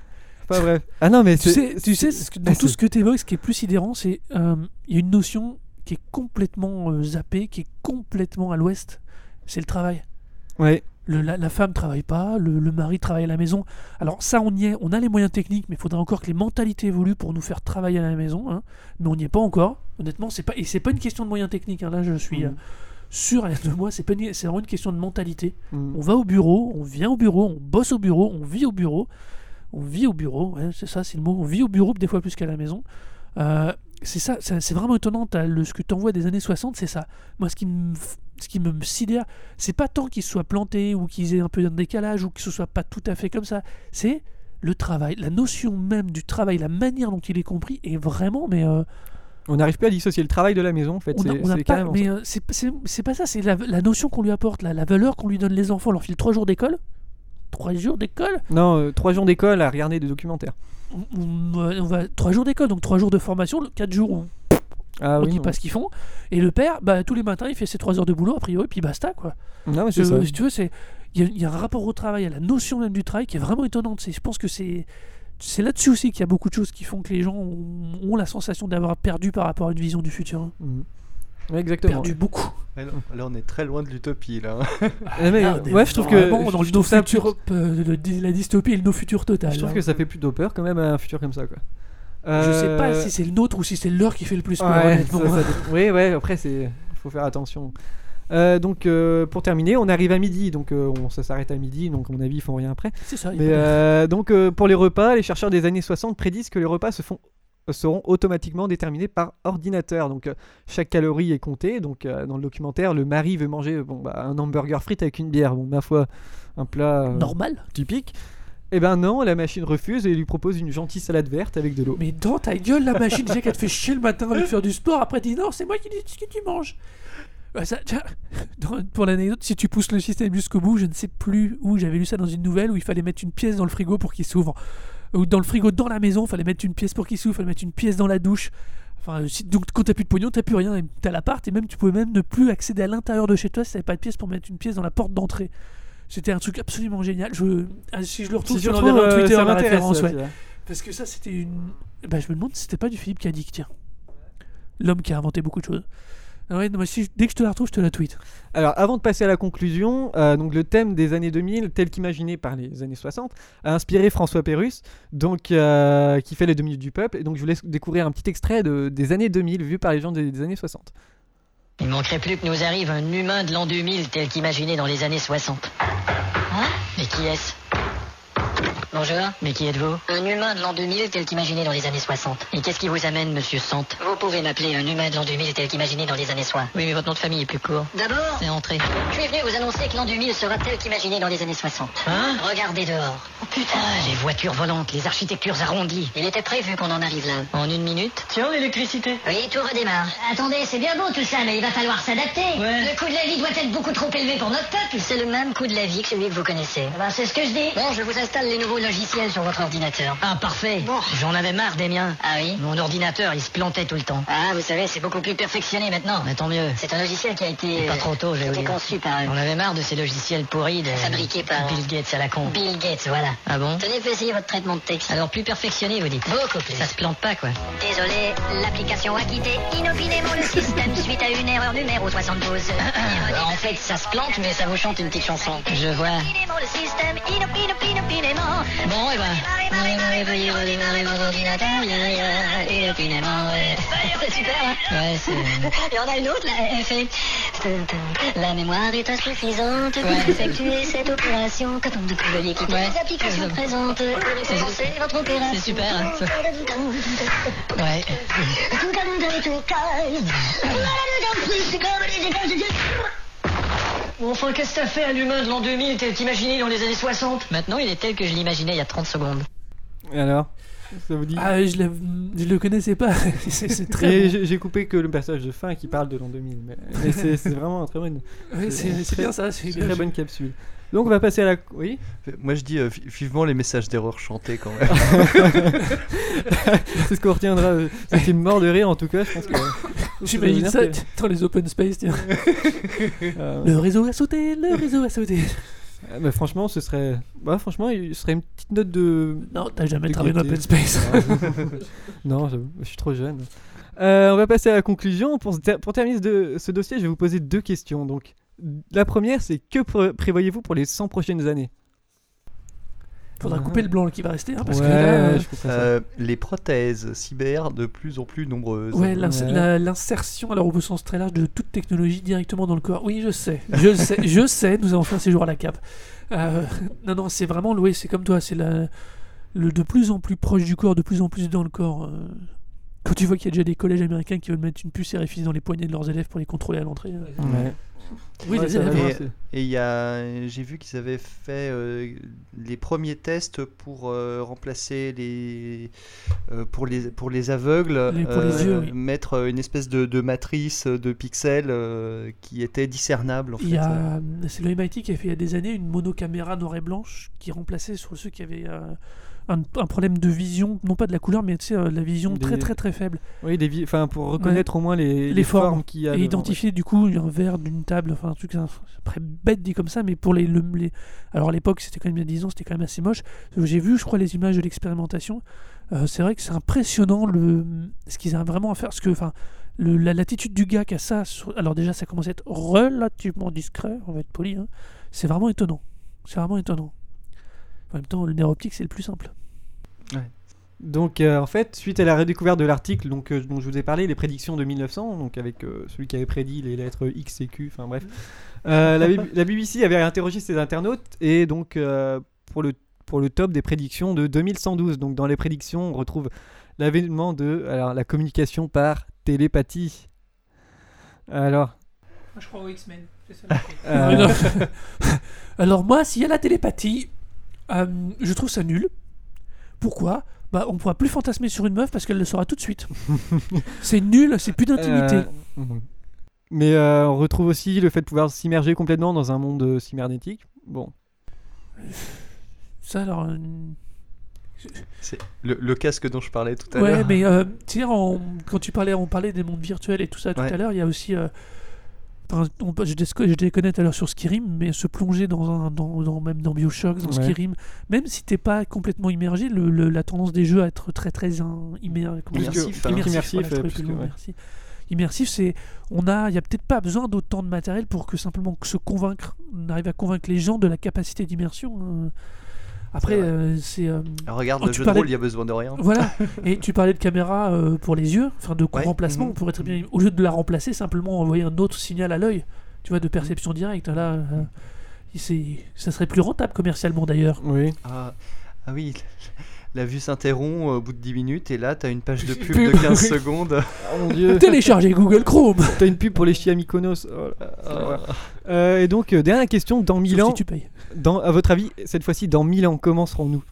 Pas vrai. Ah non, mais Tu c'est- sais, tu sais c'est- ce que- dans ah, tout c'est- ce que tu évoques, ce qui est plus sidérant, c'est euh, il y a une notion qui est complètement euh, zappée, qui est complètement à l'ouest, c'est le travail. Ouais. Le- la, la femme travaille pas, le, le mari travaille à la maison. Alors ça, on y est, on a les moyens techniques, mais il faudrait encore que les mentalités évoluent pour nous faire travailler à la maison. Hein. Mais on n'y est pas encore. Honnêtement, c'est pas et c'est pas une question de moyens techniques. Hein. Là, je suis Mhm. euh, sûr de moi, c'est pas une- c'est vraiment une question de mentalité. Mm. On va au bureau, on vient au bureau, on bosse au bureau, on vit au bureau. On vit au bureau, ouais, c'est ça, c'est le mot. On vit au bureau des fois plus qu'à la maison. Euh, c'est ça, c'est c'est vraiment étonnant. T'as le, ce que tu envoies des années soixante, c'est ça. Moi, ce qui me, f- ce qui me sidère, c'est pas tant qu'ils se soient plantés ou qu'ils aient un peu un décalage ou que ce soit pas tout à fait comme ça. C'est le travail, la notion même du travail, la manière dont il est compris est vraiment, mais euh, On n'arrive plus à dissocier le travail de la maison, en fait. on a- c'est, on n'a c'est pas. carrément Mais ça. euh, c'est c'est- c'est pas ça. C'est la, la notion qu'on lui apporte, la, la valeur qu'on lui donne les enfants. On leur file trois jours d'école. Trois jours d'école. Non, euh, trois jours d'école à regarder des documentaires. On, on va- on va trois jours d'école, donc trois jours de formation, le quatre jours où Ah on oui. dit non. pas ce qu'ils font. Et le père, bah, tous les matins, il fait ses trois heures de boulot, a priori, puis basta, quoi. Non, mais c'est Euh, ça. si tu veux, c'est il y, a- il y a un rapport au travail, à la notion même du travail qui est vraiment étonnante. C'est, je pense que c'est c'est là-dessus aussi qu'il y a beaucoup de choses qui font que les gens ont, ont la sensation d'avoir perdu par rapport à une vision du futur. hein. Mm. Ouais, exactement. Perdu beaucoup. Ouais, non, là on est très loin de l'utopie là. hein. Ah, mais, Ah, euh, on est ouais, je trouve que vraiment dans je le trouve no ça futur, euh, le- la dystopie et le no futur total. Je trouve hein. que ça fait plutôt peur quand même un futur comme ça, quoi. Je sais pas Euh, si c'est le nôtre ou si c'est le leur qui fait le plus peur. ouais, honnêtement. ça- ça dé- oui, ouais, après c'est faut faire attention. Euh, donc euh, pour terminer, on arrive à midi, donc euh, on, ça s'arrête à midi, donc à mon avis ils font rien après. C'est ça. Mais euh, donc euh, pour les repas, les chercheurs des années soixante prédisent que les repas se font, euh, seront automatiquement déterminés par ordinateur. Donc euh, chaque calorie est comptée. Donc euh, dans le documentaire, le mari veut manger bon, bah, un hamburger frites avec une bière. Bon, ma foi, un plat euh, Normal. typique. Eh ben non, la machine refuse et lui propose une gentille salade verte avec de l'eau. Mais dans ta gueule, la machine, déjà qu'elle te fait chier le matin avec faire du sport, après elle dit non, c'est moi qui dis ce que tu manges. Bah, ça, tiens, dans- pour l'anecdote, si tu pousses le système jusqu'au bout, je ne sais plus où, j'avais lu ça dans une nouvelle où il fallait mettre une pièce dans le frigo pour qu'il s'ouvre. Ou dans le frigo dans la maison, il fallait mettre une pièce pour qu'il s'ouvre, il fallait mettre une pièce dans la douche. Enfin, si, donc quand t'as plus de pognon, t'as plus rien, et t'as l'appart, et même tu pouvais même ne plus accéder à l'intérieur de chez toi si t'avais pas de pièce pour mettre une pièce dans la porte d'entrée. C'était un truc absolument génial. Je, ah, si je le retrouve, Si je tu l'enverrai retrouves, en euh, Twitter ça la m'intéresse, référence, ça, ouais. tu vois. Parce que ça, c'était une. Bah, je me demande si c'était pas du Philippe Cadic, tiens. L'homme qui a inventé beaucoup de choses. Ah ouais, non, mais si, dès que je te la retrouve, je te la tweet. Alors, avant de passer à la conclusion, euh, donc le thème des années deux mille, tel qu'imaginé par les années soixante, a inspiré François Pérusse, donc, euh, qui fait les deux minutes du peuple. Et donc, je vous laisse découvrir un petit extrait de, des années deux mille, vu par les gens des, des années soixante. Il ne manquerait plus que nous arrive un humain de l'an deux mille tel qu'imaginé dans les années soixante. Hein? Mais qui est-ce? Bonjour. Mais qui êtes-vous? Un humain de l'an deux mille tel qu'imaginé dans les années soixante. Et qu'est-ce qui vous amène, monsieur Sante? Vous pouvez m'appeler un humain de l'an deux mille tel qu'imaginé dans les années soixante. Oui, mais votre nom de famille est plus court. D'abord, c'est entré. Je suis venu vous annoncer que l'an deux mille sera tel qu'imaginé dans les années soixante. Hein? Regardez dehors. Oh putain. Les voitures volantes, les architectures arrondies. Il était prévu qu'on en arrive là. En une minute? Tiens, l'électricité. Oui, tout redémarre. Attendez, c'est bien beau tout ça, mais il va falloir s'adapter. Ouais. Le coût de la vie doit être beaucoup trop élevé pour notre peuple. C'est le même coût de la vie que celui que vous connaissez. Ben, c'est ce que je dis. Bon, je vous installe les nouveaux logiciels sur votre ordinateur. Ah, parfait. Bon. J'en avais marre des miens. Ah oui? Mon ordinateur, il se plantait tout le temps. Ah, vous savez, c'est beaucoup plus perfectionné maintenant. Mais tant mieux. C'est un logiciel qui a été... Pas trop tôt, j'ai été conçu par... On avait marre de ces logiciels pourris de... Fabriqués par... Bill Gates à la con. Bill Gates, voilà. Ah bon? Tenez, faites essayer votre traitement de texte. Alors, plus perfectionné, vous dites? Beaucoup plus. Ça se plante pas, quoi. Désolé, l'application a quitté inopinément le système suite à une erreur numéro soixante-douze. En fait, ça se plante, mais ça vous chante une petite chanson. Je vois. Inopinément le système, inopinément. Bon, et ben... Veuillez redémarrer votre ordinateur, ya, ya, inopinément, ouais. C'est super, hein? Ouais, c'est... Il y en a une autre, là, elle fait... La mémoire est insuffisante pour effectuer cette opération. Quand on découvre l'équipe des applications présentes, c'est votre opération. C'est super, hein? Ouais. Enfin, qu'est-ce que ça fait, un humain de l'an deux mille tel qu'imaginé dans les années soixante? Maintenant, il est tel que je l'imaginais il y a trente secondes. Et alors, ça vous dit? Ah, je, l'ai- je le connaissais pas. c'est, c'est très Et bon. j'ai j'ai coupé que le personnage de fin qui parle de l'an deux mille. Mais, mais c'est c'est vraiment un très bonne, Ouais, c'est, c'est bien ça. C'est une bien. très bonne capsule. Donc on va passer à la... Oui. Moi je dis euh, vi- vivement les messages d'erreur chantés quand même. C'est ce qu'on retiendra. euh, C'était mort de rire en tout cas. Je pense que... J'imagine Ça ça veut dire dans les open space. Tiens. que- euh, Le réseau a sauté, le réseau a sauté. euh, mais franchement, ce serait... Bah, franchement, il serait une petite note de... Non, t'as jamais De travaillé dans gaieté. open space. Non, j'avoue, je suis trop jeune. Euh, on va passer à la conclusion. Pour, se ter- pour terminer ce, de- ce dossier, je vais vous poser deux questions. Donc, la première, c'est que pré- prévoyez-vous pour les cent prochaines années? Faudra couper le blanc qui va rester, hein, parce ouais, que là, ouais, je comprends ça. Euh, les prothèses cyber de plus en plus nombreuses. ouais, l'ins- Ouais. la- l'insertion, alors au sens très large, de toute technologie directement dans le corps. Oui, je sais, je sais, je sais. Nous avons fait un séjour à la Cap. Euh, non, non, c'est vraiment, oui, c'est comme toi, c'est la, le de plus en plus proche du corps, de plus en plus dans le corps. euh. Quand tu vois qu'il y a déjà des collèges américains qui veulent mettre une puce R F I dans les poignets de leurs élèves pour les contrôler à l'entrée. euh. Ouais. Oui, Ouais, les ça va élèves. loin, Et- c'est- Et il y a, j'ai vu qu'ils avaient fait euh, les premiers tests pour euh, remplacer les, euh, pour les pour les aveugles, Les- pour les yeux, oui. mettre une espèce de, de matrice de pixels euh, qui était discernable en Il fait. y a, c'est le M I T qui a fait il y a des années une monocaméra noir et blanche qui remplaçait sur ceux qui avaient euh, un, un problème de vision, non pas de la couleur, mais tu sais, euh, la vision Des- très très très faible. Oui, des vi- enfin, pour reconnaître au moins les, Les les formes. formes qu'il y a. Et dedans, identifier du coup un verre d'une table, enfin un truc, c'est un- c'est très bête dit comme ça, mais pour les, le- les- alors à l'époque c'était quand même il y a dix ans, c'était quand même assez moche. J'ai vu, je crois, les images de l'expérimentation. Euh, c'est vrai que c'est impressionnant le ce qu'ils arrivent vraiment à faire, parce que enfin le- la l'attitude du gars qui a ça, sur- alors déjà ça commence à être relativement discret, on va être poli, hein. C'est vraiment étonnant, c'est vraiment étonnant. En même temps, le nerf optique c'est le plus simple. Donc euh, en fait, suite à la redécouverte de l'article donc, euh, dont je vous ai parlé, les prédictions de mille neuf cents, donc avec euh, celui qui avait prédit les lettres X et Q, enfin bref, euh, la, B- la B B C avait interrogé ses internautes et donc euh, pour, le, pour le top des prédictions de deux mille cent douze. Donc dans les prédictions, on retrouve l'avènement de alors, la communication par télépathie. Alors, Moi, je crois aux X-Men. C'est ça. euh, Non. Alors moi, s'il y a la télépathie, euh, je trouve ça nul. Pourquoi ? Bah, on pourra plus fantasmer sur une meuf parce qu'elle le saura tout de suite. C'est nul, c'est plus d'intimité. Euh, mhm. Mais euh, on retrouve aussi le fait de pouvoir s'immerger complètement dans un monde euh, cybernétique. Bon. Ça alors. euh, C'est le, le casque dont je parlais tout à Ouais, l'heure. mais euh, tu sais, en- quand tu parlais, on parlait des mondes virtuels et tout ça tout Ouais. à l'heure, il y a aussi. euh, enfin, on peut- je, dé- je déconnais tout à l'heure sur Skyrim, mais se plonger dans un, dans, dans- même dans Bioshock, dans Ouais. Skyrim, même si t'es pas complètement immergé, le, le- la tendance des jeux à être très très in- immer- comment dire, Immersif, hein. immersif, Immersif, voilà, je euh, trouvais plus plus le que- mot, ouais. merci. Immersif, c'est on a, il y a peut-être pas besoin d'autant de matériel pour que simplement que se convaincre, on arrive à convaincre les gens de la capacité d'immersion. euh. Après, C'est vrai. euh, c'est euh, Alors, regarde, Oh, le tu jeu parlais- de rôle, il y a besoin de rien. voilà. Et tu parlais de caméra euh, pour les yeux, enfin de Ouais. remplacement. Mhm. On pourrait très bien, au lieu de la remplacer, simplement envoyer un autre signal à l'œil, tu vois, de perception directe. Là, euh, c'est, ça serait plus rentable commercialement d'ailleurs. Oui. Ah, ah oui, la vue s'interrompt euh, au bout de dix minutes et là, t'as une page de pub Pub. de quinze secondes. Oh mon dieu. Télécharger Google Chrome. T'as une pub pour les chiens Mykonos. Oh là là. Euh, et donc, euh, dernière question. Dans mille Sauf ans, si tu payes. dans, à votre avis, cette fois-ci, dans mille ans, comment serons-nous?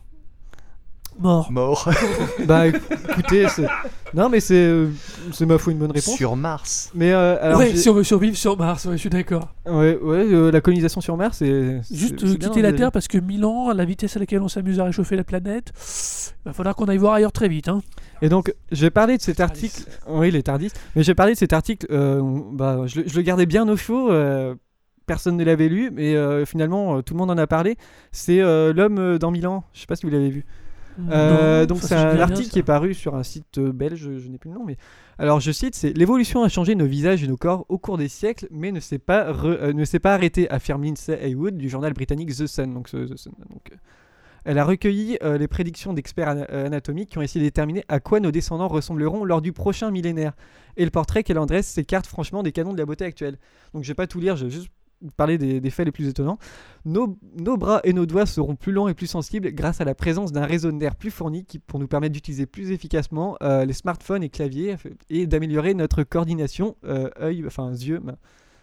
Mort. Mort. Bah écoutez, c'est... non mais c'est, euh, c'est ma foi une bonne réponse. Sur Mars. Mais euh, alors, ouais, j'ai- si on veut survivre sur Mars, ouais, je suis d'accord. ouais, ouais, euh, la colonisation sur Mars, c'est Juste c'est- euh, c'est bien quitter la envisagé. Terre parce que mille ans, à la vitesse à laquelle on s'amuse à réchauffer la planète, il va falloir qu'on aille voir ailleurs très vite. Hein. Et donc, j'ai parlé de cet Tardis. article. Oui, les Tardis. Mais j'ai parlé de cet article. euh, on- bah, je, le- je le gardais bien au chaud. euh, personne ne l'avait lu, mais euh, finalement, euh, tout le monde en a parlé. C'est euh, L'homme euh, dans mille ans. Je sais pas si vous l'avez vu. Euh, Non, donc enfin, c'est ça, je un dis rien, article ça. qui est paru sur un site euh, belge, je, je n'ai plus le nom, mais alors je cite, c'est l'évolution a changé nos visages et nos corps au cours des siècles, mais ne s'est pas re- euh, ne s'est pas arrêtée, affirme Lindsay Haywood du journal britannique The Sun. Donc, ce- The Sun, donc, euh, elle a recueilli euh, les prédictions d'experts ana- euh, anatomiques qui ont essayé de déterminer à quoi nos descendants ressembleront lors du prochain millénaire. Et le portrait qu'elle en dresse s'écarte franchement des canons de la beauté actuelle. Donc je vais pas tout lire, je vais juste vous parler des, des faits les plus étonnants. Nos, nos bras et nos doigts seront plus longs et plus sensibles grâce à la présence d'un réseau de nerfs plus fourni qui, pour nous permettre d'utiliser plus efficacement euh, les smartphones et claviers et d'améliorer notre coordination euh, œil, enfin yeux, main.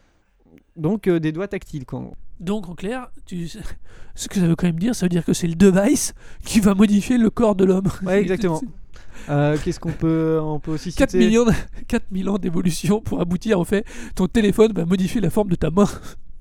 Donc euh, des doigts tactiles quoi. Donc en clair, tu... ce que ça veut quand même dire, ça veut dire que c'est le device qui va modifier le corps de l'homme. Ouais, exactement. Euh, qu'est-ce qu'on peut, on peut aussi citer quatre millions, de- quatre mille ans d'évolution pour aboutir au fait ton téléphone va modifier la forme de ta main.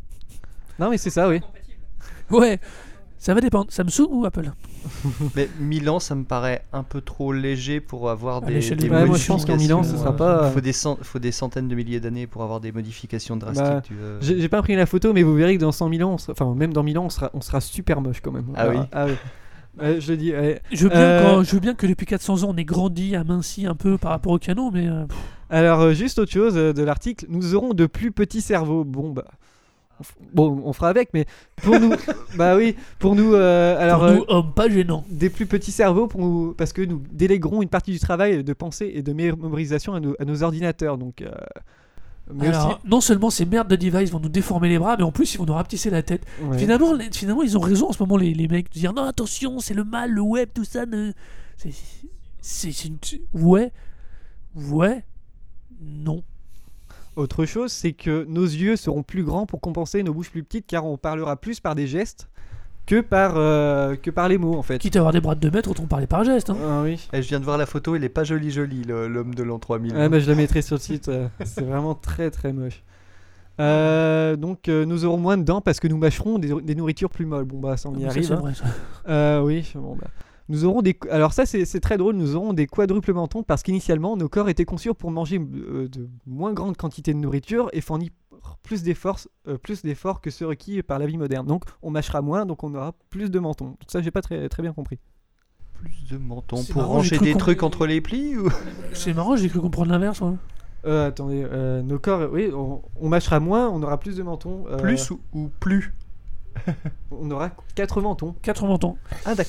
Non mais c'est ça, oui. Ouais, ça va dépendre. Samsung ou Apple? Mais mille ans, ça me paraît un peu trop léger pour avoir À des, l'échelle des de Ouais, moi je pense qu'en mille ans, ce modifications, sera euh, pas. faut des, cent- faut des centaines de milliers d'années pour avoir des modifications drastiques. Bah, tu veux. J'ai j'ai pas imprimé la photo, mais vous verrez que dans cent mille ans, on sera- enfin même dans mille ans, on sera, on sera super moche quand même. Ah oui. Ah oui. Ouais, je le dis. Ouais. Je veux, bien Euh, quand- je veux bien que depuis quatre cents ans on ait grandi, aminci un peu par rapport au canon, mais euh, pff, Alors euh, juste autre chose euh, de l'article, nous aurons de plus petits cerveaux. Bon bah. on f- Bon, on fera avec, mais pour nous, bah oui, pour nous, euh, alors pour euh, nous hommes pas gênants. des plus petits cerveaux pour nous, parce que nous déléguerons une partie du travail de pensée et de mémorisation à nos, à nos ordinateurs. Donc, euh, mais Alors, aussi, non seulement ces merdes de device vont nous déformer les bras, mais en plus ils vont nous rapetisser la tête. ouais. Finalement, les- finalement, ils ont raison en ce moment, les, les mecs, de dire non, attention, c'est le mal, le web, tout ça. Ne... C'est, c'est, c'est une... Ouais, ouais, non. Autre chose, c'est que nos yeux seront plus grands pour compenser nos bouches plus petites, car on parlera plus par des gestes que par euh, que par les mots en fait. Quitte à avoir des bras de deux mètres, autant parler par geste. Hein. Ah oui. Eh, je viens de voir la photo, il est pas joli joli, le- l'homme de l'an trois mille. Ouais, bah, je la mettrai sur le site. euh, c'est vraiment très très moche. Euh, donc euh, nous aurons moins de dents parce que nous mâcherons des, des nourritures plus molles. Bon bah ça on y Ça, arrive. c'est hein. vrai, ça. Euh, oui. Bon bah. Nous aurons des. Alors ça c'est c'est très drôle. Nous aurons des quadruples mentons parce qu'initialement nos corps étaient conçus pour manger euh, de moins grandes quantités de nourriture et fournir plus d'efforts euh, plus d'efforts que ceux requis par la vie moderne. Donc on mâchera moins, donc on aura plus de mentons. Donc ça j'ai pas très très bien compris. Plus de menton C'est pour marrant, j'ai ranger cru des qu'on- trucs entre les plis ou... C'est marrant, j'ai cru comprendre l'inverse. Ouais. Euh, attendez, euh, nos corps, oui, on, on mâchera moins, on aura plus de mentons. euh, Plus ou, ou plus? On aura quatre mentons. Quatre mentons. Ah d'accord.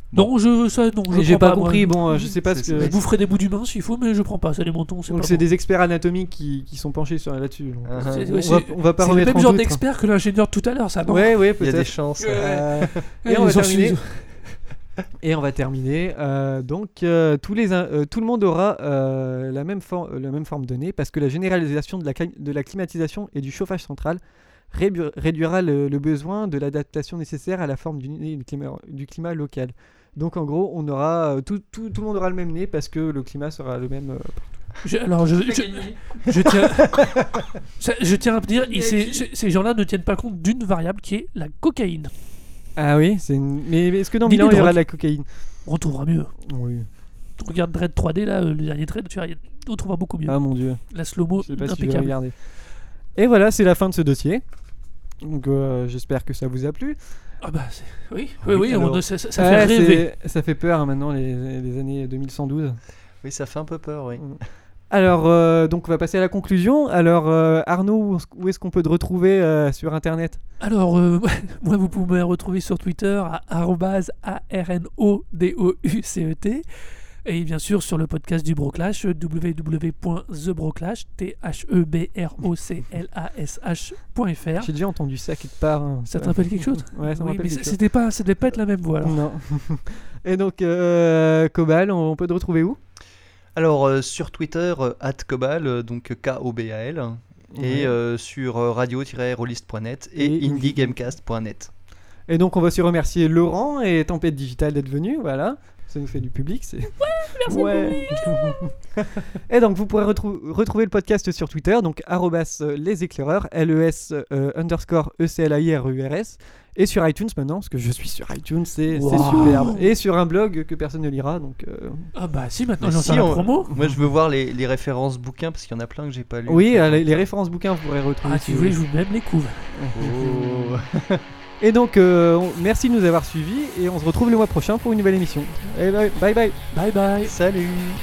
Non, je, ça, non, je Et j'ai prends pas moi. compris, bon, euh, je sais pas C'est- ce que. Je boufferai des bouts d'humain s'il faut, mais je prends pas, ça les mentons, c'est Donc pas c'est bon. des experts anatomiques qui, qui sont penchés sur là-dessus. donc, Ah, euh, ah. C'est- on, ouais, va, c'est- on va pas C'est le remettre même en genre doute. d'expert que l'ingénieur de tout à l'heure, ça, non Ouais, ouais, Il y a des peut-être. chances. Euh, Eh, et, on va ils ont terminer, su- et on va terminer. euh, donc, euh, tous les, in- euh, tout le monde aura euh, la, même for- euh, la même forme de nez parce que la généralisation de la, cli- de la climatisation et du chauffage central rébu- réduira le, le besoin de l'adaptation nécessaire à la forme du, nez du, climat, du climat local. Donc, en gros, on aura euh, tout, tout, tout le monde aura le même nez parce que le climat sera le même. euh, Je- alors, je, je, je tiens, ça- je tiens à dire, et ces, ces- ces gens-là ne tiennent pas compte d'une variable qui est la cocaïne. Ah oui, c'est une... mais mais est-ce que dans Ni Milan des il y aura drogues. de la cocaïne? On retrouvera mieux. Oui. Tu regardes Dread trois D, là, euh, le dernier Dread, tu verras, on trouvera beaucoup mieux. Ah mon dieu. La slow-mo, Je sais pas si je vais impeccable. regarder. Et voilà, c'est la fin de ce dossier. Donc euh, j'espère que ça vous a plu. Ah bah, c'est- oui, oui, oui, alors- on- ça, ça- ça Ouais, fait rêver. c'est- ça fait peur hein, maintenant les, les années deux mille cent douze. Oui, ça fait un peu peur, oui. Alors euh, donc on va passer à la conclusion. Alors euh, Arnaud, où, où est-ce qu'on peut te retrouver euh, sur internet? Alors, euh, moi, vous pouvez me retrouver sur Twitter à arobase A R N O D O U C E T. Et bien sûr sur le podcast du Broclash, w w w point the broclash t h e b r o c l a s h point f r. J'ai déjà entendu ça quelque part. hein. Ça te rappelle quelque chose? Ouais, ça me Oui, rappelle mais quelque ça- chose. c'était pas, ça devait pas être la même voix. Alors. Non. Et donc euh, Cobal, on peut te retrouver où? Alors, euh, sur Twitter, euh, at Cobal, euh, donc K O B A L, Ouais. et euh, sur euh, radio tiret rollist point net et, Et indie gamecast point net. Et donc on va aussi remercier Laurent et Tempête Digital d'être venus, voilà. Ça nous fait du public, c'est... Merci Ouais. Et donc vous pourrez retrou- retrouver le podcast sur Twitter, donc arrobas euh, les éclaireurs, L E S euh, underscore E C L A I R U R S, et sur iTunes maintenant, parce que je suis sur iTunes, c'est, c'est Wow. superbe. Et sur un blog que personne ne lira, donc... euh, Ah bah si, maintenant Mais j'en si, sais la on- promo. Moi, je veux voir les, les références bouquins parce qu'il y en a plein que j'ai pas lu. Oui, euh, les, les références bouquins, vous pourrez retrouver. Ah, si tu vous voulais, voulez. je vous même les couves. Oh. Et donc, euh, on- merci de nous avoir suivis, et on se retrouve le mois prochain pour une nouvelle émission. Et bye bye. bye. Bye bye. Salut.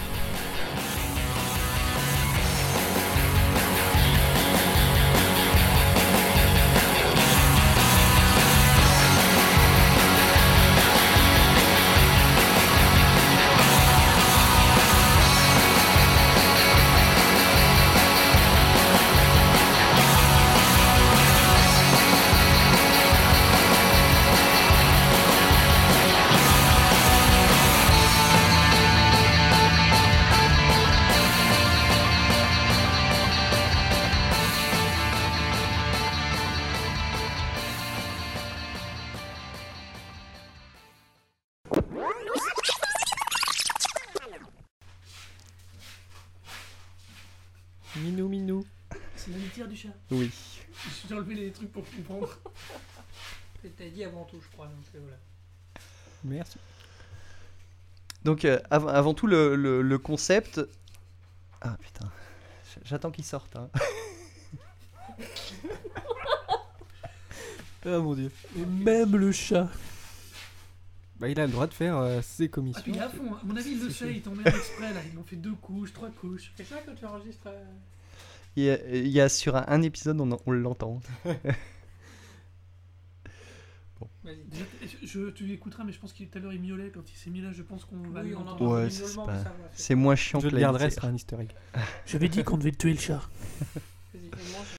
Minou, minou. C'est la litière du chat. Oui. J'ai enlevé les trucs pour comprendre. T'as dit avant tout, je crois. Donc, euh, voilà. Merci. Donc, euh, av- avant tout, le, le- le concept. Ah putain. J- J'attends qu'il sorte. Hein. Ah mon dieu. Et même le chat. Bah, il a le droit de faire euh, ses Ah, commissions. puis il est à fond. hein. À mon avis, il le sait. Il t'emmerde exprès là. Ils l'ont fait deux couches, trois couches. C'est ça quand tu enregistres. euh, Il y, a, il y a sur un, un épisode, on, en- on l'entend. Vas-y. Déjà, je, je- tu écouteras, mais je pense qu'il tout à l'heure il miaulait quand il s'est mis là. Je pense qu'on va. Oui, on l'entendre. entend Ouais, le c'est miaulement, pas- mais ça va, c'est- C'est moins chiant Je que le la garderai, ce litière. sera un easter egg. J'avais dit qu'on devait tuer le chat. Vas-y, fais-moi.